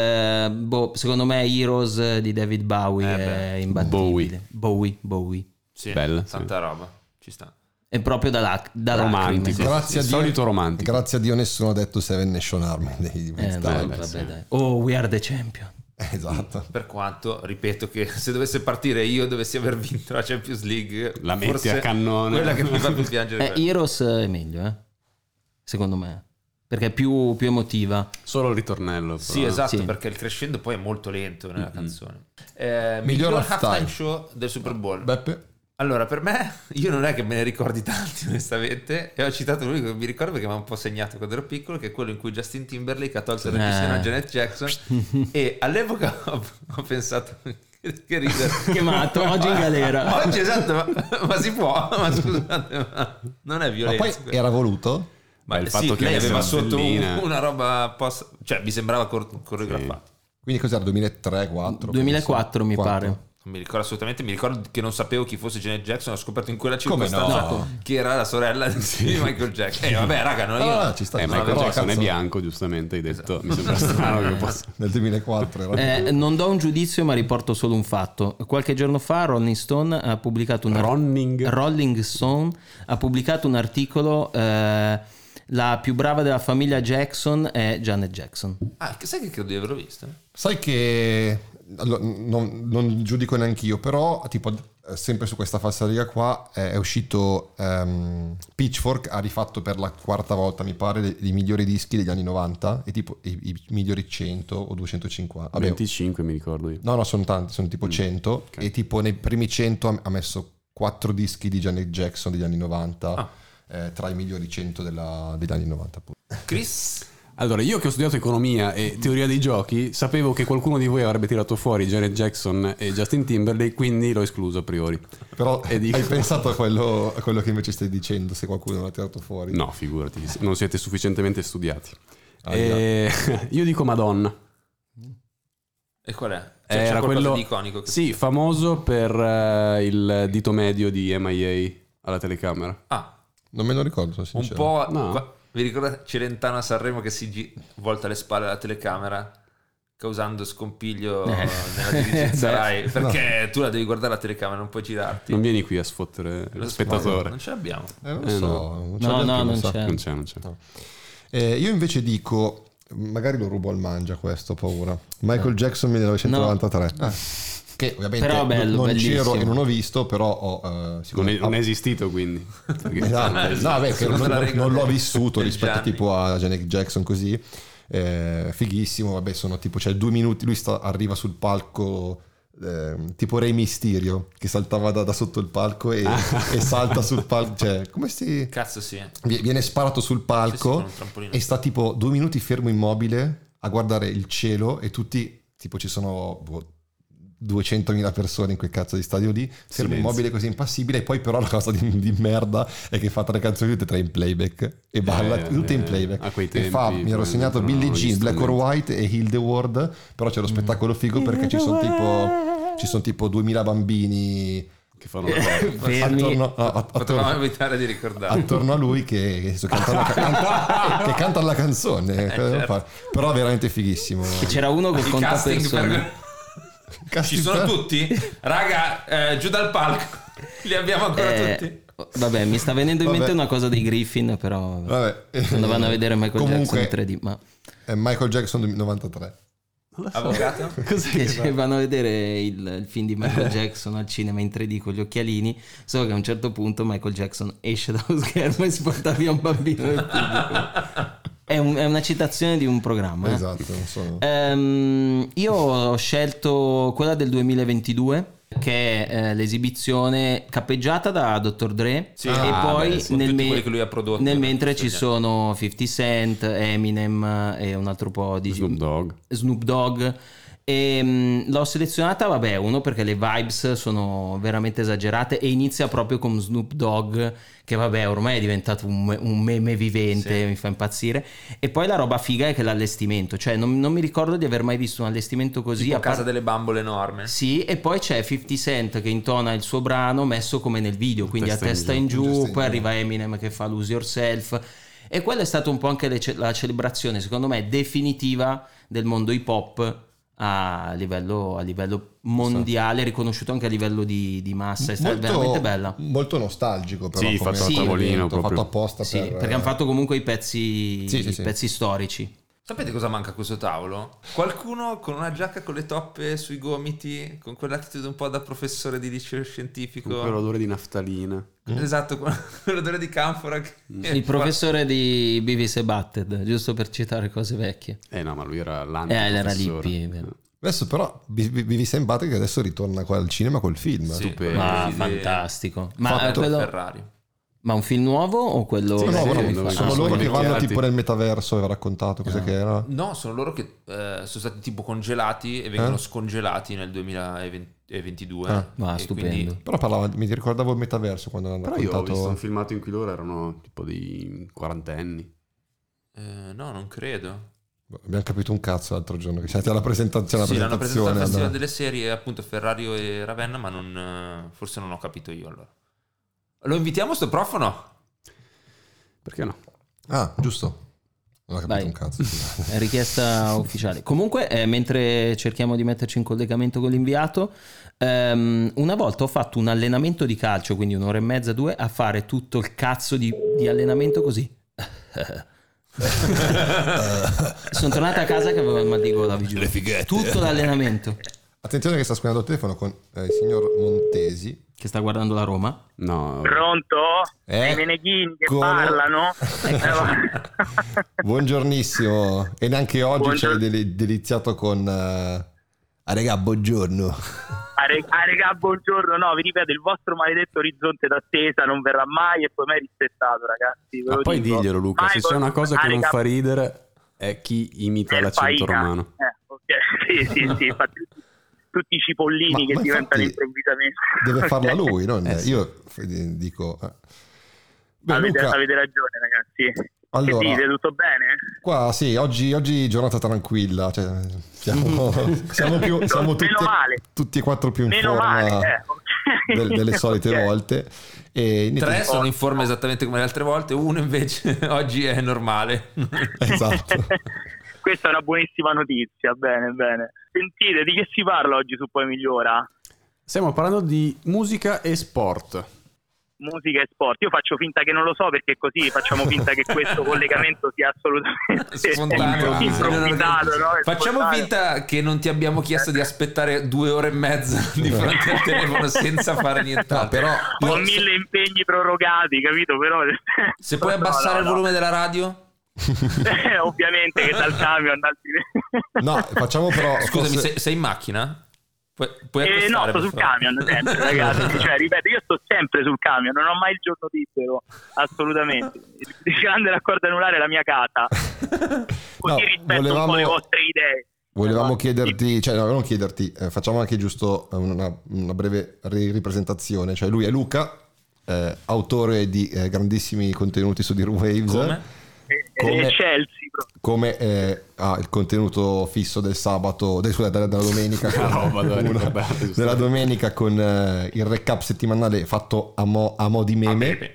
secondo me Heroes di David Bowie è imbattibile. Bowie. Sì, Bella, tanta roba. Ci sta. È proprio da Romantico. lacrime. Grazie a Il Dio, solito romantico. grazie a Dio nessuno ha detto Seven Nation Army dei Vabbè, Stars. dai. Oh, we are the champion. Esatto. Per quanto, ripeto, che se dovesse partire io dovessi aver vinto la Champions League, La metti forse a cannone. quella che mi fa più piangere è quella. Heroes è meglio, secondo me, perché è più emotiva. Solo il ritornello. Sì, però. esatto, Sì. perché il crescendo poi è molto lento nella canzone. Miglior Miglior halftime halftime show del Super Bowl. Beppe? Allora, per me, io non è che me ne ricordi tanti, onestamente, e ho citato l'unico che mi ricordo perché mi ha un po' segnato quando ero piccolo, che è quello in cui Justin Timberlake ha tolto il reggiseno a Janet Jackson, e all'epoca ho pensato, che ridere. Che matto, oggi in galera. Oggi, esatto, ma si può, ma scusate, ma non è Ma violenza. poi era voluto? Ma il fatto che lei avesse aveva la sotto stellina. una roba post, cioè mi sembrava coreografata. Quindi cos'era? 2003, 4? 2004 mi pare. Non mi ricordo assolutamente, mi ricordo che non sapevo chi fosse Janet Jackson, ho scoperto in quella Come circostanza no? che era la sorella di Michael Jackson. Vabbè, raga, non io Ci sta. Michael Però, Jackson è cazzo, bianco, giustamente hai detto. Mi sembra strano che possa. nel 2004 era. Non do un giudizio, ma riporto solo un fatto. Qualche giorno fa Rolling Stone ha pubblicato Rolling Stone ha pubblicato un articolo. La più brava della famiglia Jackson è Janet Jackson. Ah, sai che credo di averlo visto? Sai che allora, non giudico neanche io, però tipo sempre su questa falsariga qua è uscito Pitchfork ha rifatto per la quarta volta mi pare i migliori dischi degli anni 90 e tipo i migliori 100 o 250. Vabbè, 25 mi ricordo io. no, sono tanti, sono tipo 100 ok. e tipo nei primi 100 ha messo 4 dischi di Janet Jackson degli anni 90 tra i migliori 100 degli anni 90 appunto. Chris? Allora, io che ho studiato economia e teoria dei giochi, sapevo che qualcuno di voi avrebbe tirato fuori Janet Jackson e Justin Timberlake, quindi l'ho escluso a priori. Però E dico- hai pensato a quello che invece stai dicendo, se qualcuno l'ha tirato fuori? No, figurati, non siete sufficientemente studiati. Io dico Madonna. E qual è? Cioè, c'è Era qualcosa quello di iconico? Che sì, famoso per il dito medio di MIA alla telecamera. Ah, Non me lo ricordo, sono un sincero. po'... No. Vi ricordate Celentano a Sanremo che si volta le spalle alla telecamera causando scompiglio nella dirigenza Rai? Perché tu la devi guardare la telecamera, non puoi girarti. Non vieni qui a sfottere lo spettatore. Non ce l'abbiamo. Non so. No, più, non so. c'è. Non c'è. No. Io invece dico, magari lo rubo al mangia questo, ho paura. Michael Jackson 1993. che ovviamente Però bello, non bellissimo. c'ero e non ho visto, però Non è esistito, quindi. non l'ho vissuto Del rispetto Gianni. tipo a Janet Jackson così. Fighissimo, vabbè, sono tipo, c'è 2 minuti, lui arriva sul palco tipo Rey Mysterio che saltava da sotto il palco e salta sul palco, cioè come si Cazzo sì. viene sparato sul Sì, palco con un trampolino. e sta tipo 2 minuti fermo immobile a guardare il cielo e tutti, tipo ci sono 200.000 persone in quel cazzo di stadio lì, fermo Silenzio. immobile così impassibile, e poi però la cosa di merda è che fa 3 canzoni tutte e 3 in playback e balla tutte in playback a quei e tempi fa, mi ero segnato probabilmente Billie non Jean, Black or strumenti. White e Heal the World, però c'è lo spettacolo figo perché ci sono tipo 2000 bambini Che fanno la cosa. Fermi. Potevamo evitare di ricordare. attorno a lui che cantano la canzone, certo. però veramente fighissimo. E c'era uno che Il conta casting persone. Ci sono tutti? Raga, giù dal palco. Li abbiamo ancora tutti? Vabbè, mi sta venendo in mente Vabbè. una cosa dei Griffin, però Vabbè. non vanno a vedere Michael Comunque, Jackson in 3D, ma è Michael Jackson 93. Avvocato? che vanno a vedere il film di Michael Jackson al cinema in 3D con gli occhialini, solo che a un certo punto Michael Jackson esce dallo schermo e si porta via un bambino del pubblico. È una citazione di un programma. Esatto, non so. Io ho scelto quella del 2022, che è l'esibizione cappeggiata da Dr. Dre, Sì. e Ah, poi beh, sono nel, tutti quelli che lui ha prodotto nel per mentre ci questo sono 50 Cent, Eminem e un altro po' di Snoop Dogg. E l'ho selezionata, vabbè, uno perché le vibes sono veramente esagerate e inizia proprio con Snoop Dogg che vabbè ormai è diventato un meme vivente, Sì. mi fa impazzire. E poi la roba figa è che l'allestimento, cioè non mi ricordo di aver mai visto un allestimento così Tipo a Casa parte- delle Bambole enorme. Sì, e poi c'è 50 Cent che intona il suo brano messo come nel video, quindi a testa in giù, testa in poi giù. arriva Eminem che fa Lose Yourself, e quella è stata un po' anche la celebrazione, secondo me, definitiva del mondo hip hop a livello mondiale, riconosciuto anche a livello di massa, è stata veramente bella. Molto nostalgico, però Sì, come fatto a tavolino evento, proprio. fatto apposta Sì, per, perché hanno fatto comunque i pezzi, Sì, i sì. pezzi storici. Sapete cosa manca a questo tavolo? Qualcuno con una giacca con le toppe sui gomiti, con quell'attitude un po' da professore di liceo scientifico. Con quell'odore di naftalina. Esatto, quell'odore di canfora. Il professore di Beavis e Butthead, giusto per citare cose vecchie. No, ma lui era Era l'anti-professore. lì, vero. Adesso però vivi sempre che adesso ritorna qua al cinema col film. Sì, Stupendo. Ma Sì, fantastico. Ma, Fatto quello- Ferrari. ma un film nuovo o quello? Sì, No, sì, no, dove sono sono loro che vanno invecchiati. tipo nel metaverso, aveva raccontato cosa che era. No, sono loro che sono stati tipo congelati e vengono scongelati nel 2022. Ma E stupendo. Però mi ricordavo il metaverso quando hanno Però io ho raccontato. visto un filmato in cui loro erano tipo dei quarantenni. No, non credo. Abbiamo capito un cazzo l'altro giorno che c'è stata la presentazione. Sì, l'hanno presentato al Festival allora. delle Serie, appunto Ferrario e Ravenna, ma forse non ho capito io allora. Lo invitiamo sto prof o no? Perché no? Ah, giusto. Non ho capito Vai. un cazzo. È richiesta ufficiale. Comunque, mentre cerchiamo di metterci in collegamento con l'inviato, una volta ho fatto un allenamento di calcio, quindi 1 ora e mezza, 2, a fare tutto il cazzo di allenamento così. Sono tornata a casa che avevo il mal di gola, vi giuro. Tutto l'allenamento. Attenzione che sta suonando il telefono con il signor Montesi. Che sta guardando la Roma. No. Pronto? I meneghini che Eccolo. parlano? Buongiornissimo. E neanche oggi ci hai Buongiorno. deliziato con... regà, buongiorno. Regà, buongiorno. No, vi ripeto, il vostro maledetto orizzonte d'attesa non verrà mai e poi mai rispettato, ragazzi. ve Ma lo poi dico. diglielo, Luca, se c'è una cosa che non regà, fa ridere è chi imita è l'accento Faina. romano. Ok. Sì, infatti tutti i cipollini che Ma diventano infatti improvvisamente. Deve farla lui, non sì. io dico... Beh, avete Luca, ragione, ragazzi. Allora- Che dite, tutto bene? qua sì, oggi giornata tranquilla, cioè, siamo tutti, Meno male. tutti e 4 più in Meno forma male. Ok. delle solite Ok. volte. E niente, 3 sono in forma esattamente come le altre volte, uno invece oggi è normale. esatto. Questa è una buonissima notizia, bene. Sentite, di che si parla oggi su Poi Migliora? Stiamo parlando di musica e sport. Musica e sport. Io faccio finta che non lo so, perché così facciamo finta che questo collegamento sia assolutamente Spontaneo, improvvisato, no? Facciamo Spontaneo. finta che non ti abbiamo chiesto di aspettare 2 ore e mezza di fronte al telefono senza fare nient'altro. No, però Ho 1000 impegni prorogati, capito? Però se puoi abbassare il volume della radio? ovviamente che dal camion no, facciamo però Scusami, forse- sei in macchina? Puoi no, accostare, sto per sul favore? camion sempre, ragazzi. Cioè, ripeto, io sto sempre sul camion, non ho mai il giorno libero, assolutamente. Il grande raccordo anulare è la mia casa, così No, rispetto un po' le vostre idee. Volevamo chiederti, cioè no, non chiederti, facciamo anche giusto una breve ripresentazione. Cioè lui è Luca, autore di grandissimi contenuti su Dear Waves. Come Chelsea, come ha il contenuto fisso del sabato, della domenica, della domenica con il recap settimanale fatto a mo' di meme.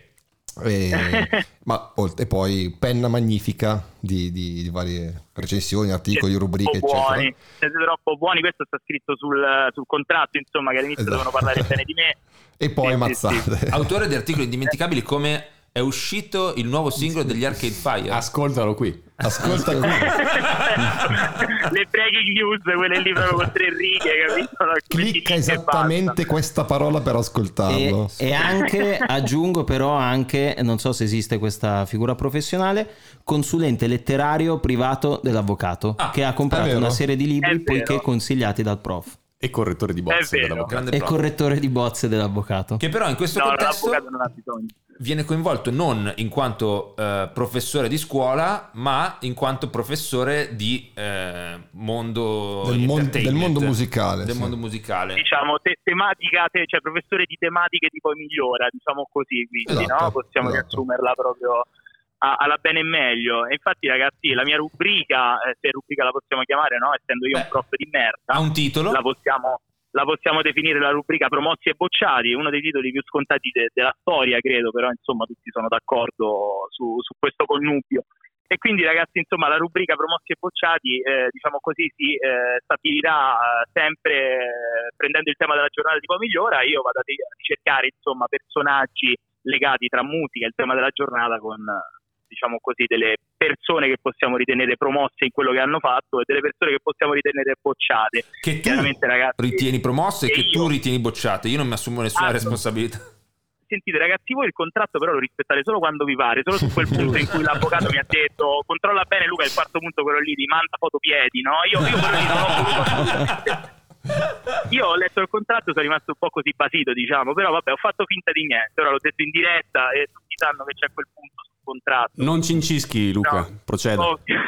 E poi penna magnifica di varie recensioni, articoli, rubriche, eccetera. Siete troppo buoni, questo sta scritto sul contratto, insomma, che all'inizio devono parlare bene di me. E poi mazzate. Sì. Autore di articoli indimenticabili come è uscito il nuovo singolo degli Arcade Fire. Ascoltalo qui. Ascolta qui. Le breaking news, quelle lì proprio con 3 righe, capito? Clicca esattamente questa parola per ascoltarlo. E anche, aggiungo però anche, non so se esiste questa figura professionale, consulente letterario privato dell'avvocato, che ha comprato una serie di libri poiché consigliati dal prof. E correttore di bozze dell'avvocato. Grande E prof. correttore di bozze dell'avvocato. Che però in questo No, contesto l'avvocato non ha bisogno. viene coinvolto non in quanto professore di scuola, ma in quanto professore di mondo Del entertainment, mondo musicale, del sì. mondo musicale. Diciamo tematica, cioè professore di tematiche tipo migliora, diciamo così, quindi Esatto, no? Possiamo riassumerla proprio alla bene e meglio. E infatti, ragazzi, la mia rubrica, se rubrica la possiamo chiamare, no? Essendo io un prof di merda, Ha un titolo? la possiamo definire la rubrica promossi e bocciati, uno dei titoli più scontati della storia, credo, però insomma tutti sono d'accordo su questo connubio. E quindi, ragazzi, insomma, la rubrica promossi e bocciati, diciamo così, si stabilirà sempre prendendo il tema della giornata tipo migliora. Io vado a ricercare, insomma, personaggi legati tra musica e il tema della giornata con, diciamo così, delle persone che possiamo ritenere promosse in quello che hanno fatto e delle persone che possiamo ritenere bocciate. Che tu Chiaramente, ragazzi, ritieni promosse e che tu ritieni bocciate. Io non mi assumo nessuna responsabilità. Sentite, ragazzi, voi il contratto però lo rispettate solo quando vi pare, solo su quel punto in cui l'avvocato mi ha detto controlla bene, Luca, il quarto punto, quello lì, ti manda fotopiedi, no? Io quello lì non ho voluto assolutamente. Io ho letto il contratto, sono rimasto un po' così basito, diciamo, però vabbè, ho fatto finta di niente. Ora l'ho detto in diretta e tutti sanno che c'è quel punto sul contratto. Non cincischi, Luca, No. proceda.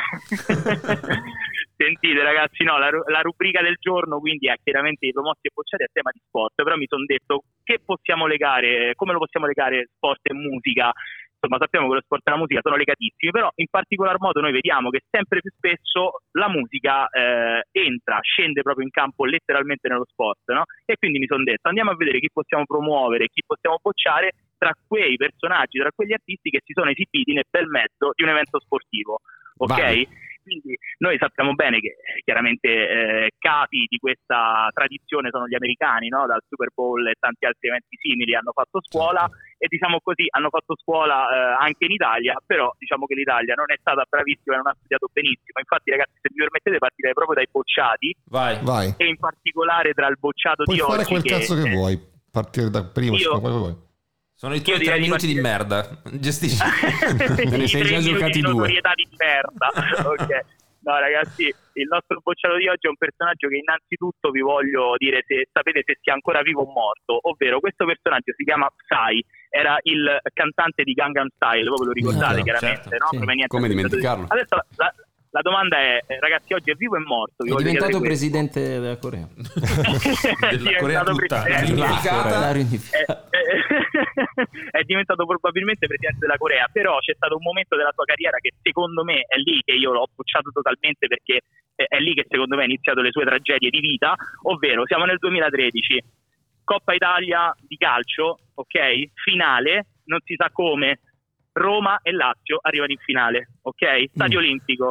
Sentite, ragazzi, no, la rubrica del giorno quindi è chiaramente i promossi e bocciati a tema di sport, però mi sono detto che possiamo legare, come lo possiamo legare sport e musica. Insomma, sappiamo che lo sport e la musica sono legatissimi, però in particolar modo noi vediamo che sempre più spesso la musica scende proprio in campo letteralmente nello sport, no? E quindi mi sono detto andiamo a vedere chi possiamo promuovere, chi possiamo bocciare tra quei personaggi, tra quegli artisti che si sono esibiti nel bel mezzo di un evento sportivo, ok? Vai. Quindi noi sappiamo bene che chiaramente capi di questa tradizione sono gli americani, no? Dal Super Bowl e tanti altri eventi simili hanno fatto scuola e diciamo così hanno fatto scuola anche in Italia, però diciamo che l'Italia non è stata bravissima e non ha studiato benissimo. Infatti, ragazzi, se mi permettete partirei proprio dai bocciati Vai. e in particolare tra il bocciato Puoi di fare oggi quel cazzo che vuoi, partire da prima, Io- quello che vuoi. Sono i tuoi Io 3 direi di minuti di partire- merda. Gestisci. ne sei già giocati 2. Notorietà di merda. Ok. No, ragazzi, il nostro bocciato di oggi è un personaggio che innanzitutto vi voglio dire se sapete se sia ancora vivo o morto, ovvero questo personaggio si chiama Psy, era il cantante di Gangnam Style, voi ve lo ricordate chiaramente, certo, no? sì. Proveniente Come da- dimenticarlo? Adesso la domanda è, ragazzi, oggi è vivo e morto? Vi È voglio diventato chiedere presidente della Corea. Della Corea diventato tutta. presidente. Riunificata. La riunificata. È diventato probabilmente presidente della Corea, però c'è stato un momento della sua carriera che secondo me è lì che io l'ho bocciato totalmente, perché è lì che secondo me ha iniziato le sue tragedie di vita, ovvero siamo nel 2013, Coppa Italia di calcio, ok? Finale, non si sa come, Roma e Lazio arrivano in finale, ok? Stadio Olimpico.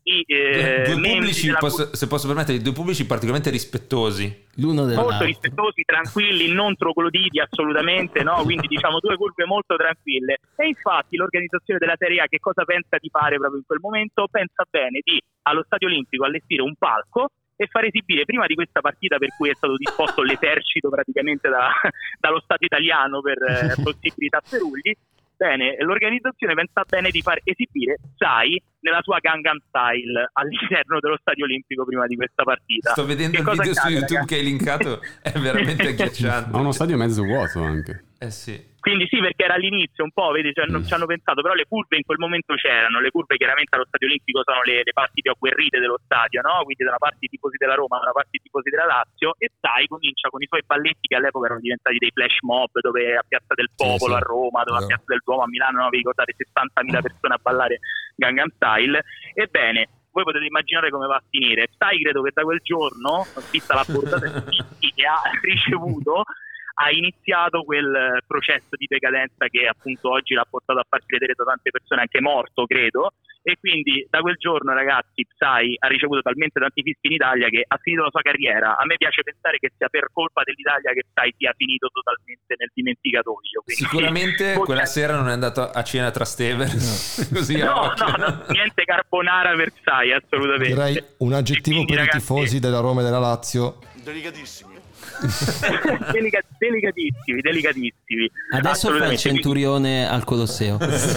due membri pubblici, se posso permettere, due pubblici particolarmente rispettosi, l'uno dell'altro, molto rispettosi, tranquilli, non trogloditi assolutamente, no? Quindi diciamo due curve molto tranquille. E infatti l'organizzazione della Serie A che cosa pensa di fare proprio in quel momento? Pensa bene di allo Stadio Olimpico allestire un palco e far esibire prima di questa partita, per cui è stato disposto l'esercito praticamente dallo Stato italiano per possibili tafferugli. Bene, l'organizzazione pensa bene di far esibire Psy nella sua Gangnam Style all'interno dello Stadio Olimpico prima di questa partita. Sto vedendo il video su YouTube, ragazzi, che hai linkato, è veramente agghiacciante. Ma uno stadio mezzo vuoto anche. Sì. Quindi sì, perché era all'inizio un po', vedi, cioè, non ci hanno pensato, però le curve in quel momento c'erano. Le curve chiaramente allo Stadio Olimpico sono le parti più agguerrite dello stadio, no? Quindi da una parte i tifosi della Roma, da una parte i tifosi della Lazio, e Psy comincia con i suoi balletti che all'epoca erano diventati dei flash mob, dove a Piazza del Popolo a Roma, dove a Piazza del Duomo a Milano, no? Vi ricordate 60.000 persone a ballare Gangnam Style. Ebbene, voi potete immaginare come va a finire. Psy credo che da quel giorno, vista la bordata di che ha ricevuto, ha iniziato quel processo di decadenza che appunto oggi l'ha portato a farsi vedere da tante persone, anche morto credo, e quindi da quel giorno, ragazzi, Psy ha ricevuto talmente tanti fischi in Italia che ha finito la sua carriera. A me piace pensare che sia per colpa dell'Italia che Psy sia finito totalmente nel dimenticatoio. Quindi, sicuramente quella sera non è andato a cena a Trastevere, così no, niente carbonara per Psy, assolutamente. Direi un aggettivo per ragazzi, i tifosi della Roma e della Lazio: delicatissimi. delicatissimi. Adesso fa il centurione al Colosseo.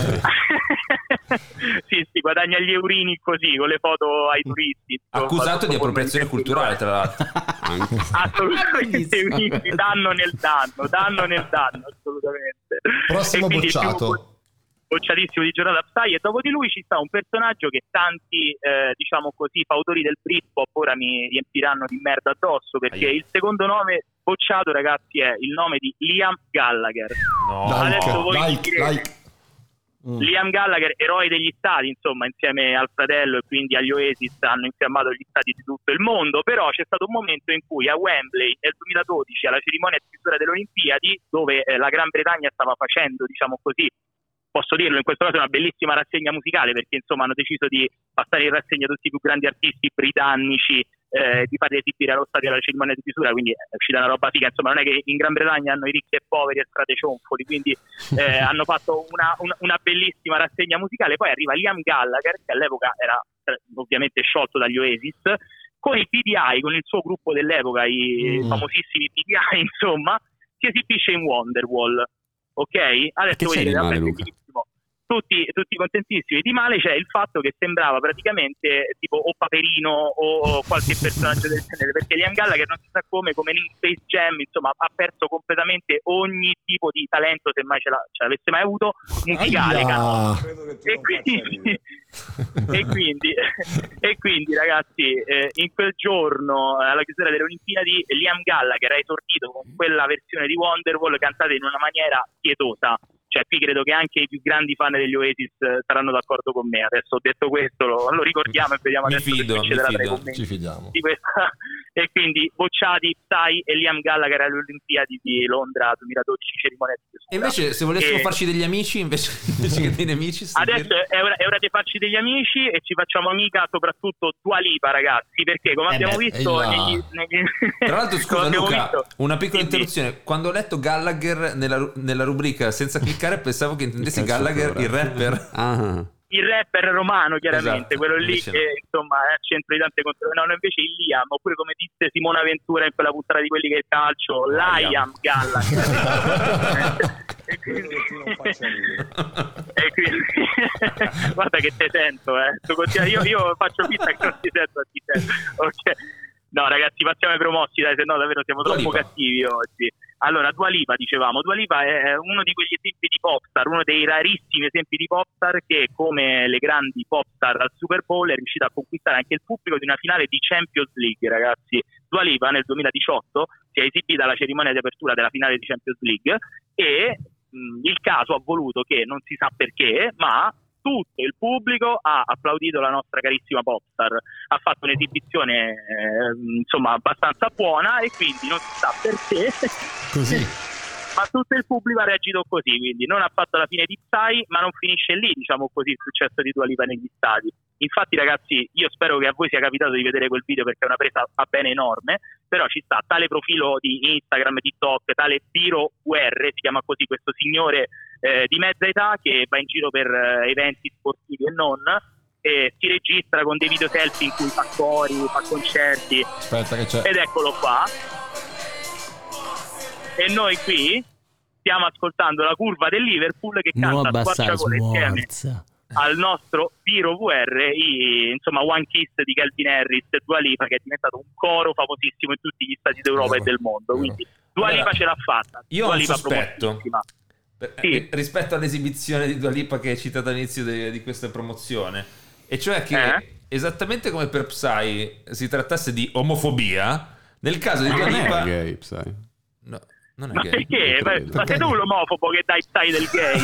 sì, guadagna gli eurini così con le foto ai turisti. Accusato di appropriazione culturale, tra l'altro. Assolutamente, quindi danno nel danno, assolutamente. Prossimo bocciato. Bocciatissimo di giornata Psy, e dopo di lui ci sta un personaggio che tanti diciamo così fautori del Britpop ora mi riempiranno di merda addosso, perché il secondo nome bocciato, ragazzi, è il nome di Liam Gallagher. Adesso voi Liam Gallagher, eroe degli stadi, insomma, insieme al fratello e quindi agli Oasis hanno infiammato gli stadi di tutto il mondo. Però c'è stato un momento in cui a Wembley nel 2012, alla cerimonia di chiusura delle Olimpiadi, dove la Gran Bretagna stava facendo, diciamo così, posso dirlo in questo caso, una bellissima rassegna musicale, perché insomma hanno deciso di passare in rassegna tutti i più grandi artisti britannici, di farli esibire allo stadio alla cerimonia di chiusura, quindi è uscita una roba figa. Insomma, non è che in Gran Bretagna hanno i ricchi e poveri e strade cionfoli, quindi hanno fatto una bellissima rassegna musicale. Poi arriva Liam Gallagher, che all'epoca era ovviamente sciolto dagli Oasis, con i PDI, con il suo gruppo dell'epoca, i famosissimi PDI, insomma, si esibisce in Wonderwall. Ok? Adesso voi dite, vabbè, tutti contentissimi. Di male c'è il fatto che sembrava praticamente tipo o Paperino o qualche personaggio del genere, perché Liam Gallagher non si sa come in Space Jam, insomma, ha perso completamente ogni tipo di talento, se mai ce l'avesse mai avuto, musicale. E quindi ragazzi, in quel giorno alla chiusura delle Olimpiadi Liam Gallagher ha esordito con quella versione di Wonderwall cantata in una maniera pietosa. Cioè, qui credo che anche i più grandi fan degli Oasis saranno d'accordo con me. Adesso ho detto questo, lo ricordiamo e vediamo adesso che succederà tra i commenti. Ci fidiamo. Di questa. E quindi bocciati Psy e Liam Gallagher alle Olimpiadi di Londra 2012, cerimonia di chiusura. E invece se volessimo farci degli amici invece che dei nemici, adesso è ora di farci degli amici, e ci facciamo amica soprattutto Dua Lipa, ragazzi, perché come abbiamo visto tra l'altro, scusa Luca, una piccola interruzione. Quando ho letto Gallagher nella rubrica senza cliccare, pensavo che intendessi Gallagher il rapper. Il rapper romano, chiaramente, esatto, quello lì che insomma è al centro di tante controversie. No, invece il Liam, oppure come disse Simona Ventura in quella puntata di Quelli che è il calcio, Liam Gallagher. e quindi guarda che te sento, io faccio finta che non ti sento a ti sento. Ok. No, ragazzi, passiamo ai promossi, dai, se no davvero siamo troppo cattivi oggi. Allora, Dua Lipa, dicevamo, Dua Lipa è uno di quegli esempi di popstar, uno dei rarissimi esempi di popstar che, come le grandi popstar al Super Bowl, è riuscita a conquistare anche il pubblico di una finale di Champions League, ragazzi. Dua Lipa nel 2018 si è esibita alla cerimonia di apertura della finale di Champions League e il caso ha voluto che, non si sa perché, ma tutto il pubblico ha applaudito la nostra carissima popstar. Ha fatto un'esibizione insomma abbastanza buona, e quindi non si sa perché così, ma tutto il pubblico ha reagito così. Quindi non ha fatto la fine di Psy, ma non finisce lì, diciamo così, il successo di Dua Lipa negli stadi, Infatti ragazzi, io spero che a voi sia capitato di vedere quel video, perché è una presa a bene enorme, però ci sta tale profilo di Instagram, TikTok, tale Biro VR, si chiama così questo signore di mezza età che va in giro per eventi sportivi e non, e si registra con dei video selfie in cui fa cori, fa concerti. Aspetta che c'è. Ed eccolo qua. E noi qui stiamo ascoltando la curva del Liverpool che canta Squarciagola insieme al nostro Biro VR, insomma One Kiss di Calvin Harris e Dua Lipa, che è diventato un coro famosissimo in tutti gli stati d'Europa e del mondo. Quindi Dua Lipa ce l'ha fatta. Io ho un sospetto sì. rispetto all'esibizione di Dua Lipa che hai citato all'inizio di questa promozione, e cioè che esattamente come per Psy si trattasse di omofobia, nel caso di Dua Lipa... Non è gay, Psy. No. Non è Ma gay. perché? Ma sei tu l'omofobo che dai Psy del gay?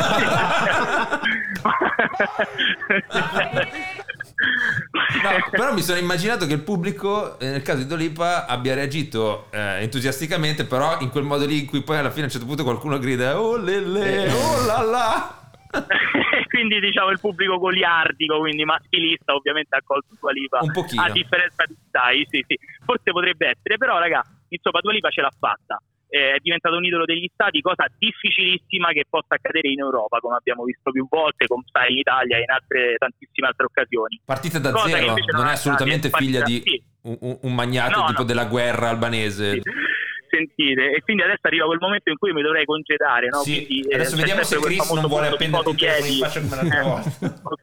No, però mi sono immaginato che il pubblico nel caso di Dua Lipa abbia reagito entusiasticamente, però in quel modo lì in cui poi alla fine a un certo punto qualcuno grida oh lele, oh la la. Quindi diciamo il pubblico goliardico, quindi maschilista, ovviamente ha colto Dua Lipa un pochino, a differenza di Psy. Sì, forse potrebbe essere, però raga, insomma Dua Lipa ce l'ha fatta. È diventato un idolo degli stati, cosa difficilissima che possa accadere in Europa, come abbiamo visto più volte con Psy in Italia e in tantissime altre occasioni. Partita da zero, non è assolutamente figlia di un magnate tipo della guerra albanese. Sì. Sentite, e quindi adesso arriva quel momento in cui mi dovrei congedare, no? Sì. Quindi, adesso vediamo se Chris non vuole appendere il telefono in faccia come l'altra volta. Ok.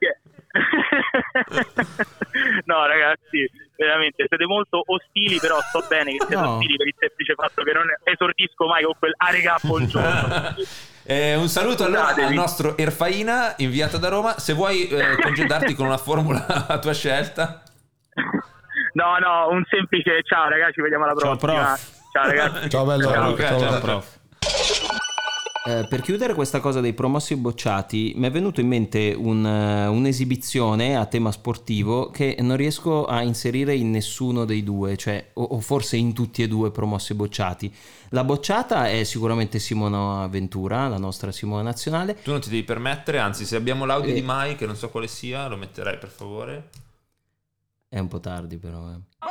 No ragazzi, veramente siete molto ostili, però sto bene che siete ostili per il semplice fatto che non esordisco mai con quel arega buongiorno. Un saluto allora al nostro Erfaina inviato da Roma. Se vuoi congedarti con una formula a tua scelta. No, un semplice ciao ragazzi, ci vediamo alla prossima. Prof. Ciao ragazzi. Ciao bello. Ciao prof. Per chiudere questa cosa dei promossi bocciati, mi è venuto in mente un'esibizione a tema sportivo che non riesco a inserire in nessuno dei due, cioè o forse in tutti e due promossi bocciati. La bocciata è sicuramente Simona Ventura, la nostra Simona nazionale. Tu non ti devi permettere, anzi se abbiamo l'audio di Mai, che non so quale sia, lo metterai per favore. È un po' tardi però.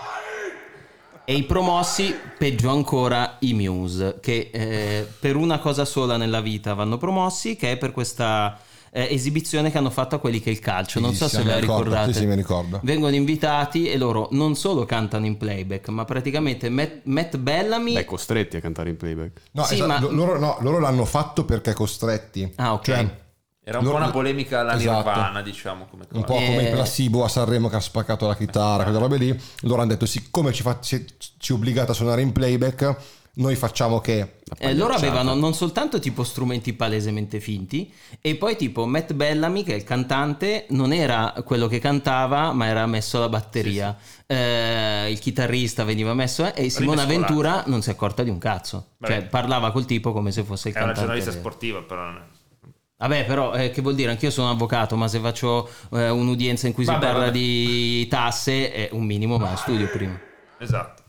E i promossi, peggio ancora, i Muse, che per una cosa sola nella vita vanno promossi, che è per questa esibizione che hanno fatto a quelli che è il calcio. Non so se ve la ricordate. Sì, mi ricordo. Vengono invitati e loro non solo cantano in playback, ma praticamente Matt Bellamy... Beh, costretti a cantare in playback. No, sì, esatto, ma... loro l'hanno fatto perché costretti. Ah, ok. Cioè, era un po' una polemica alla esatto. Nirvana, diciamo, come cosa. Un po' come il Placebo a Sanremo che ha spaccato la chitarra, quelle robe lì. Loro hanno detto siccome ci obbligate a suonare in playback, noi facciamo che... loro avevano non soltanto tipo strumenti palesemente finti, e poi tipo Matt Bellamy, che è il cantante, non era quello che cantava, ma era messo alla batteria. Sì. Il chitarrista veniva messo e Simona Ventura non si è accorta di un cazzo. Vabbè. Cioè parlava col tipo come se fosse il cantante. È una giornalista sportiva, però non è... Vabbè, però che vuol dire? Anch'io sono avvocato, ma se faccio un'udienza in cui si parla di tasse, è un minimo, ma studio prima. Esatto.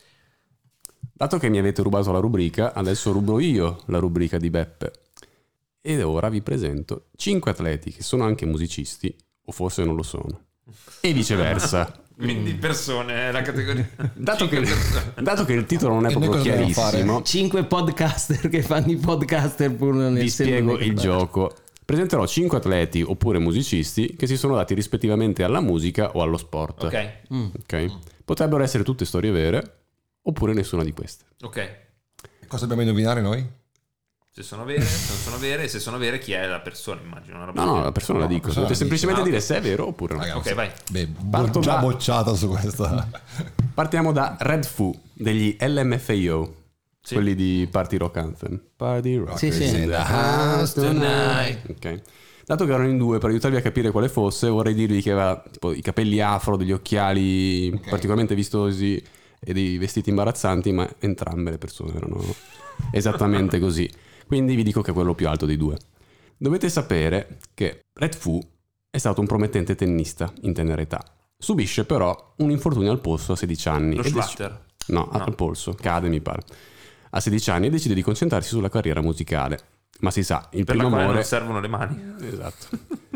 Dato che mi avete rubato la rubrica, adesso rubo io la rubrica di Beppe. Ed ora vi presento 5 atleti che sono anche musicisti, o forse non lo sono. E viceversa. Quindi persone, la categoria. Dato che il titolo non è proprio chiarissimo, 5 podcaster che fanno i podcaster pur non vi spiego il gioco. Presenterò 5 atleti oppure musicisti che si sono dati rispettivamente alla musica o allo sport. Ok. Potrebbero essere tutte storie vere oppure nessuna di queste. Ok. Cosa dobbiamo indovinare noi? Se sono vere, se non sono vere, se sono vere chi è la persona, immagino. No, la persona la dico. Dovete semplicemente dire se è vero oppure no. Ok, vai. Beh, già bocciata su questa. Partiamo da Red Foo degli LMFAO, sì. Quelli di Party Rock Anthem. Party Rock sì. in the house tonight. Ok. Dato che erano in due, per aiutarvi a capire quale fosse, vorrei dirvi che aveva tipo i capelli afro, degli occhiali particolarmente vistosi e dei vestiti imbarazzanti, ma entrambe le persone erano esattamente così. Quindi vi dico che è quello più alto dei due. Dovete sapere che Red Foo è stato un promettente tennista in tenera età. Subisce però un infortunio al polso a 16 anni. Lo splatter? No, al polso, cade mi pare. A 16 anni decide di concentrarsi sulla carriera musicale. Ma si sa, il per primo la quale amore... non servono le mani. Esatto.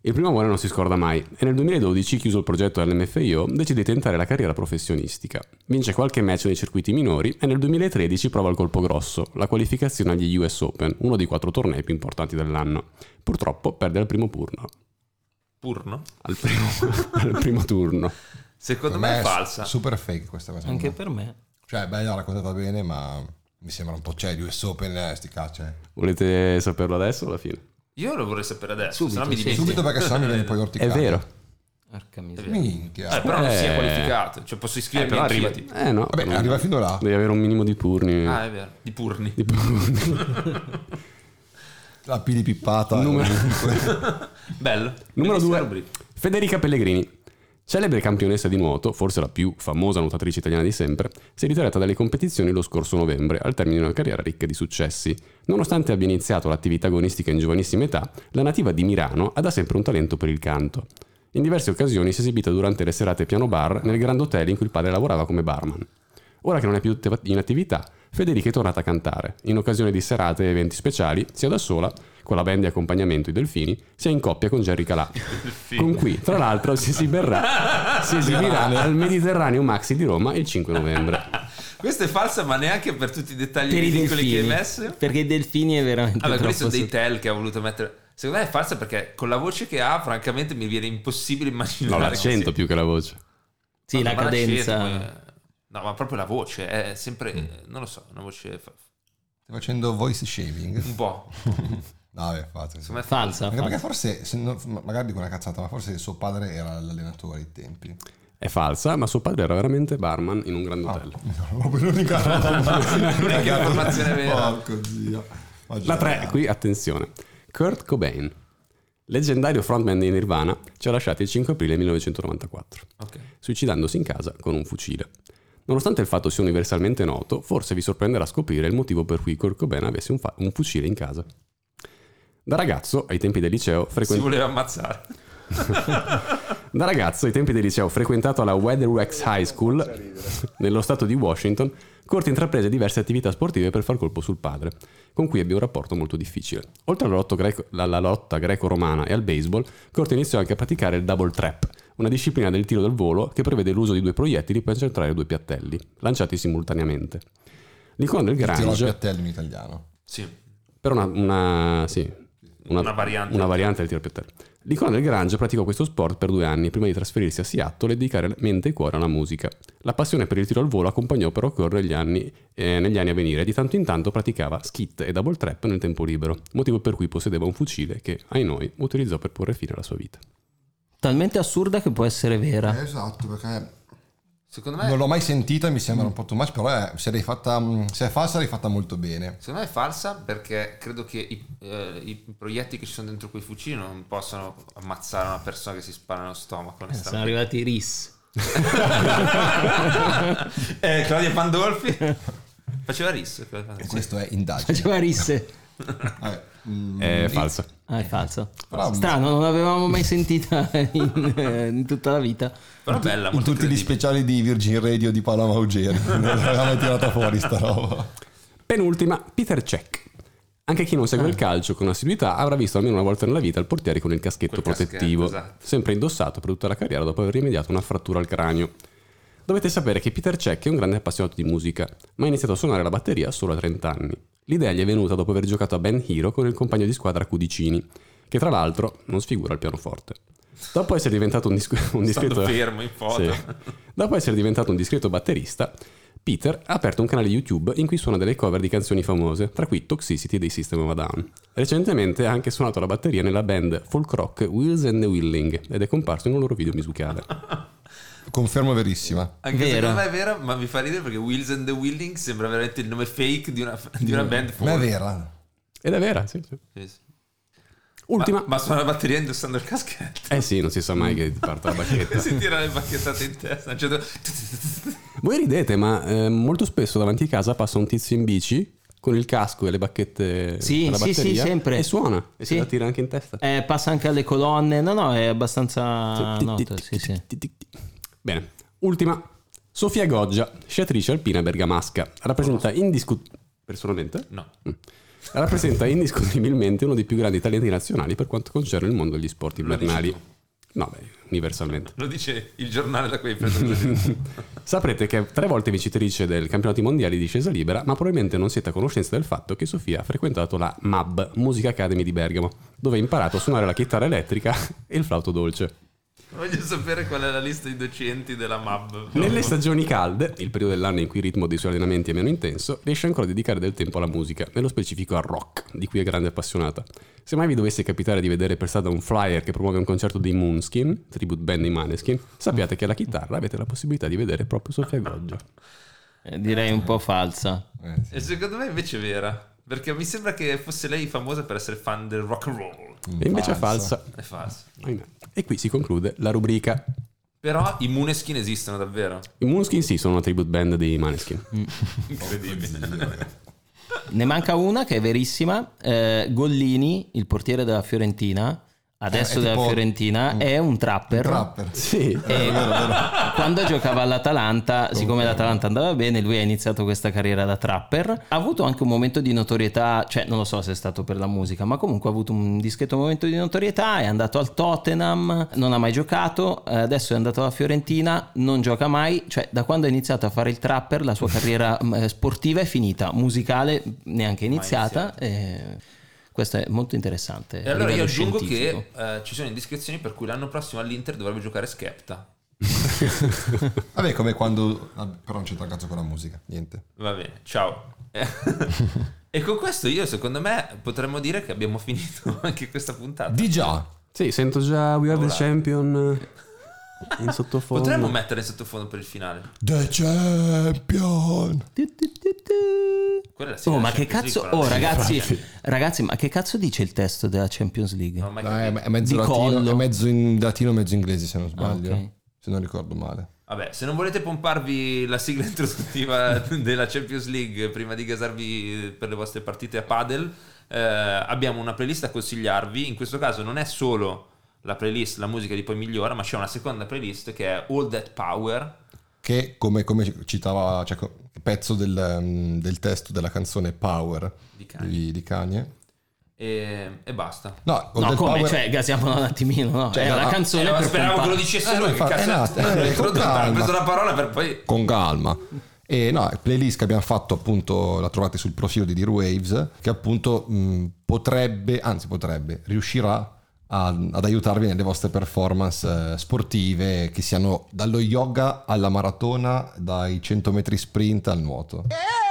Il primo amore non si scorda mai e nel 2012, chiuso il progetto all'MFIO, decide di tentare la carriera professionistica. Vince qualche match nei circuiti minori e nel 2013 prova il colpo grosso, la qualificazione agli US Open, uno dei 4 tornei più importanti dell'anno. Purtroppo perde al primo turno. Purno? Al primo turno. Secondo me è falsa. Super fake questa cosa. Anche per me. Cioè, beh, l'ha raccontata bene, ma mi sembra un po'... Cioè, gli US Open, sti cazzo. Volete saperlo adesso o alla fine? Io lo vorrei sapere adesso, Subito, se no mi sì. dimentico. Subito perché sennò mi viene poi È orticato. vero. Porca miseria. Minchia. Però non si è qualificato. Cioè posso iscrivermi Però arriva. anch'io. No. Vabbè, arriva fino là. Devi avere un minimo di turni. Ah, è vero. Di Purni. La pili pippata. Bello. Numero Bellissima 2. rubrica. Federica Pellegrini. Celebre campionessa di nuoto, forse la più famosa nuotatrice italiana di sempre, si è ritirata dalle competizioni lo scorso novembre, al termine di una carriera ricca di successi. Nonostante abbia iniziato l'attività agonistica in giovanissima età, la nativa di Milano ha da sempre un talento per il canto. In diverse occasioni si è esibita durante le serate piano bar nel Grand Hotel in cui il padre lavorava come barman. Ora che non è più in attività, Federica è tornata a cantare, in occasione di serate e eventi speciali, sia da sola, con la band di accompagnamento I Delfini, sia in coppia con Jerry Calà, con cui, tra l'altro, si esibirà al Mediterraneo Maxi di Roma il 5 novembre. Questa è falsa, ma neanche per tutti i dettagli Per i ridicoli che hai delfini. messo. Perché i delfini è veramente Vabbè, questi sono troppo dei tell che ha voluto mettere. Secondo me è falsa perché con la voce che ha, francamente, mi viene impossibile immaginare. No, l'accento più che la voce. Sì, la Ma cadenza. l'accento, no, ma proprio la voce è sempre, non lo so, una voce Stai facendo voice shaving? un po'. No, vabbè, fate. Secondo me è Falsa. Anche falsa. perché forse, magari dico una cazzata, ma forse suo padre era l'allenatore ai tempi. È falsa, ma suo padre era veramente barman in un Grand Hotel. L'unica informazione vera. Porco zio. La 3, qui attenzione. Kurt Cobain, leggendario frontman di Nirvana, ci ha lasciati il 5 aprile 1994, Ok. suicidandosi in casa con un fucile. Nonostante il fatto sia universalmente noto, forse vi sorprenderà scoprire il motivo per cui Kurt Cobain avesse un fucile in casa. Da ragazzo, ai tempi del liceo, Si voleva ammazzare. Da ragazzo, ai tempi del liceo, frequentato alla Weatherwax High School, nello stato di Washington, Kurt intraprese diverse attività sportive per far colpo sul padre, con cui ebbe un rapporto molto difficile. Oltre alla lotta greco-romana e al baseball, Kurt iniziò anche a praticare il double trap, una disciplina del tiro dal volo che prevede l'uso di 2 proiettili per centrare 2 piattelli, lanciati simultaneamente. L'icona del Tiro al Grange, piattello in italiano. Sì. per una Una variante. del tiro a piattello. L'icona del Grange praticò questo sport per 2 anni prima di trasferirsi a Seattle e dedicare mente e cuore alla musica. La passione per il tiro al volo accompagnò però Kurt negli anni a venire e di tanto in tanto praticava skit e double trap nel tempo libero, motivo per cui possedeva un fucile che, ai noi, utilizzò per porre fine alla sua vita. Talmente assurda che può essere vera. Esatto, perché Secondo me, non l'ho mai sentita e mi sembra un po' too much, però se è falsa l'hai fatta molto bene. secondo me è falsa perché credo che i proiettili che ci sono dentro quei fucili non possano ammazzare una persona che si spara nello stomaco. Sono onestamente. arrivati i RIS. Claudia Pandolfi faceva RIS. Questo è indagine. Faceva risse. Vabbè, È falsa. Ah, è falso. Però- Strano, non l'avevamo mai sentita in tutta la vita. Però bella, in molto tutti gli credibile. speciali di Virgin Radio di Paola Maugeri non l'avevamo mai tirata fuori sta roba. Penultima, Peter Cech. Anche chi non segue il calcio con assiduità avrà visto almeno una volta nella vita il portiere con il caschetto Quel protettivo, caschetto, esatto. sempre indossato per tutta la carriera dopo aver rimediato una frattura al cranio. Dovete sapere che Peter Cech è un grande appassionato di musica, ma ha iniziato a suonare la batteria solo a 30 anni. L'idea gli è venuta dopo aver giocato a Ben Hero con il compagno di squadra Cudicini, che tra l'altro non sfigura il pianoforte. Dopo essere diventato un discreto Stando fermo in foto. Sì. Dopo essere diventato un discreto batterista, Peter ha aperto un canale YouTube in cui suona delle cover di canzoni famose, tra cui Toxicity dei System of a Down. Recentemente ha anche suonato la batteria nella band folk rock Wheels and the Willing ed è comparso in un loro video musicale. Confermo verissima. Anche Vero. secondo me è vera, ma mi fa ridere perché Wheels and the Willing sembra veramente il nome fake di una band. Ma è vera. Ed è vera, sì, sì. Sì, sì. Ultima. Ma suona la batteria indossando il caschetto. Eh sì, non si sa mai che parta la bacchetta. Si tira le bacchettate in testa. Cioè, Voi ridete, ma molto spesso davanti a casa passa un tizio in bici con il casco e le bacchette Sì, alla sì, batteria sì, sempre. e suona e Sì. se la tira anche in testa. Passa anche alle colonne. No, è abbastanza noto. Sì, sì. Bene, ultima. Sofia Goggia, sciatrice alpina bergamasca, rappresenta personalmente? no. rappresenta indiscutibilmente uno dei più grandi talenti nazionali per quanto concerne il mondo degli sport Lo dici invernali. tu. No, beh, universalmente. Lo dice il giornale da cui hai preso Saprete che è 3 volte vincitrice del campionati mondiali di discesa libera, ma probabilmente non siete a conoscenza del fatto che Sofia ha frequentato la MAB, Music Academy di Bergamo, dove ha imparato a suonare la chitarra elettrica e il flauto dolce. Voglio sapere qual è la lista di docenti della MAB. Nelle stagioni calde, il periodo dell'anno in cui il ritmo dei suoi allenamenti è meno intenso, riesce ancora a dedicare del tempo alla musica, nello specifico al rock, di cui è grande appassionata. Se mai vi dovesse capitare di vedere per strada un flyer che promuove un concerto dei Moonskin, tribute band dei Maneskin, sappiate che alla chitarra avete la possibilità di vedere proprio Sofia Goggia. Direi un po' falsa. Sì. E secondo me invece è vera, perché mi sembra che fosse lei famosa per essere fan del rock and roll. E invece è falsa. È falso. Ahimè. E qui si conclude la rubrica. Però i Måneskin esistono davvero. I Moonskin sì, sono una tribute band dei Maneskin. Incredibile. Ne manca una che è verissima. Gollini, il portiere della Fiorentina, adesso è della tipo- Fiorentina, è un trapper. Trapper. Sì. E quando giocava all'Atalanta, siccome l'Atalanta andava bene, lui ha iniziato questa carriera da trapper. Ha avuto anche un momento di notorietà, cioè non lo so se è stato per la musica, ma comunque ha avuto un discreto momento di notorietà. È andato al Tottenham, non ha mai giocato, adesso è andato alla Fiorentina, non gioca mai. Cioè, da quando ha iniziato a fare il trapper, la sua carriera sportiva è finita, musicale neanche iniziata. Questo è molto interessante. E a allora io livello aggiungo scientifico. che ci sono indiscrezioni per cui l'anno prossimo all'Inter dovrebbe giocare Skepta. Vabbè, come quando... Però non c'entra un cazzo con la musica, niente. Va bene, ciao. E con questo secondo me potremmo dire che abbiamo finito anche questa puntata. Di già. Sì, sento già We Are the Ora. Champion in sottofondo. Potremmo mettere in sottofondo per il finale. The Champion. Quella è la sigla Oh, ma della che Champions cazzo? League, Oh, guarda. ragazzi, ma che cazzo dice il testo della Champions League? Non ho mai No, capito. è mezzo Di latino, collo. è mezzo in latino, mezzo inglese se non sbaglio. ok. Se non ricordo male. Vabbè, se non volete pomparvi la sigla introduttiva della Champions League prima di gasarvi per le vostre partite a padel, abbiamo una playlist da consigliarvi. In questo caso non è solo la playlist La musica di Poi Migliora, ma c'è una seconda playlist che è All That Power. Che come citava, cioè, pezzo del testo della canzone Power Di Kanye. di Kanye. E basta. No, All No, That come? Power... Cioè, gasiamo un attimino, no? Cioè, Era la no, canzone per Speravo che lo pompare. dicesse no, lui. Che infatti, cazzo esatto, ha con calma. preso la parola per poi... Con calma. E no, playlist che abbiamo fatto, appunto, la trovate sul profilo di Dear Waves, che appunto potrebbe, riuscirà ad aiutarvi nelle vostre performance sportive, che siano dallo yoga alla maratona, dai 100 metri sprint al nuoto.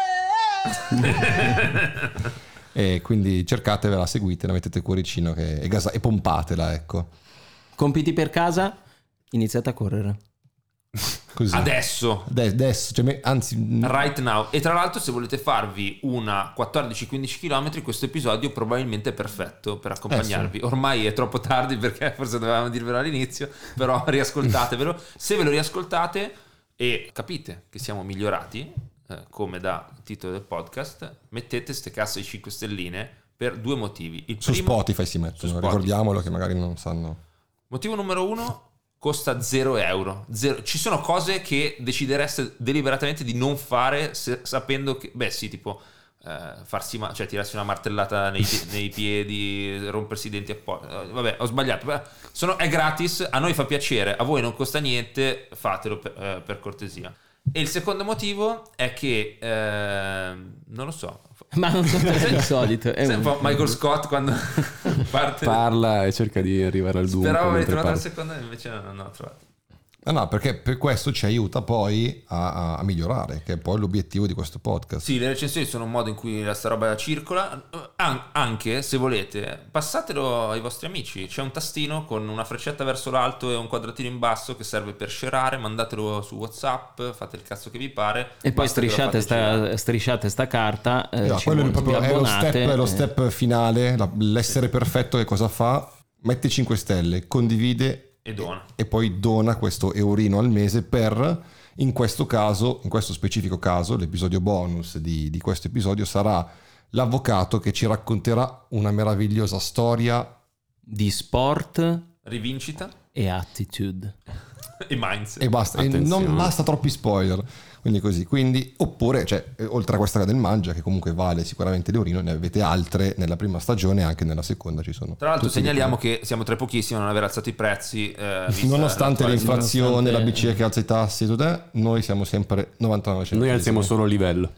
E quindi cercatevela, seguitela, mettete cuoricino e pompatela, ecco. Compiti per casa, iniziate a correre. Così. Adesso. Adesso, cioè, anzi, Right now. E tra l'altro, se volete farvi una 14-15 km, questo episodio probabilmente è perfetto per accompagnarvi. Ormai è troppo tardi, perché forse dovevamo dirvelo all'inizio, però riascoltatevelo. Se ve lo riascoltate e capite che siamo migliorati, come da titolo del podcast, mettete ste cazzo di 5 stelline per due motivi. Il su primo, Spotify si mettono, su Spotify. ricordiamolo che magari non sanno. Motivo numero 1: costa 0 euro. Ci sono cose che decidereste deliberatamente di non fare sapendo che, beh sì, tipo cioè tirarsi una martellata nei piedi, rompersi i denti vabbè, ho sbagliato. È gratis, a noi fa piacere, a voi non costa niente, fatelo per cortesia. E il secondo motivo è che non lo so, Ma non so perché di solito. È un po' Michael Scott quando parte. Parla e cerca di arrivare al dunque. Speravo aver mentre trovato il parla. secondo, invece non ho trovato. No, perché per questo ci aiuta poi a migliorare, che è poi l'obiettivo di questo podcast. Sì, le recensioni sono un modo in cui sta roba circola. Anche se volete, passatelo ai vostri amici. C'è un tastino con una freccetta verso l'alto e un quadratino in basso che serve per shareare. Mandatelo su WhatsApp, fate il cazzo che vi pare. E poi Basta che lo fate girare. strisciate sta carta. Quello è proprio vi è abbonate, lo step finale, l'essere perfetto. Che cosa fa? Mette 5 stelle, condivide E dona. e poi dona questo eurino al mese per, in questo specifico caso, l'episodio bonus di questo episodio sarà l'avvocato che ci racconterà una meravigliosa storia di sport Rivincita. e attitude. E Mainz. E basta, e non basta troppi spoiler. Quindi oppure, oltre a questa del mangia, che comunque vale sicuramente l'Eurino, ne avete altre nella prima stagione e anche nella seconda ci sono. Tra l'altro segnaliamo che siamo tra pochissimi a non aver alzato i prezzi, nonostante l'inflazione, la BCE che alza i tassi e tutto, noi siamo sempre 99 centesimi. Noi alziamo solo il livello.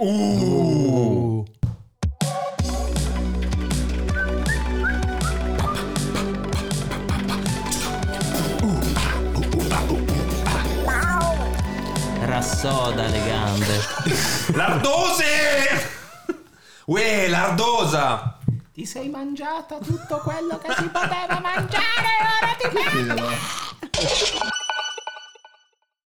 Rassoda le gambe. Lardose! Uè, lardosa! Ti sei mangiata tutto quello che si poteva mangiare, ora ti fermi!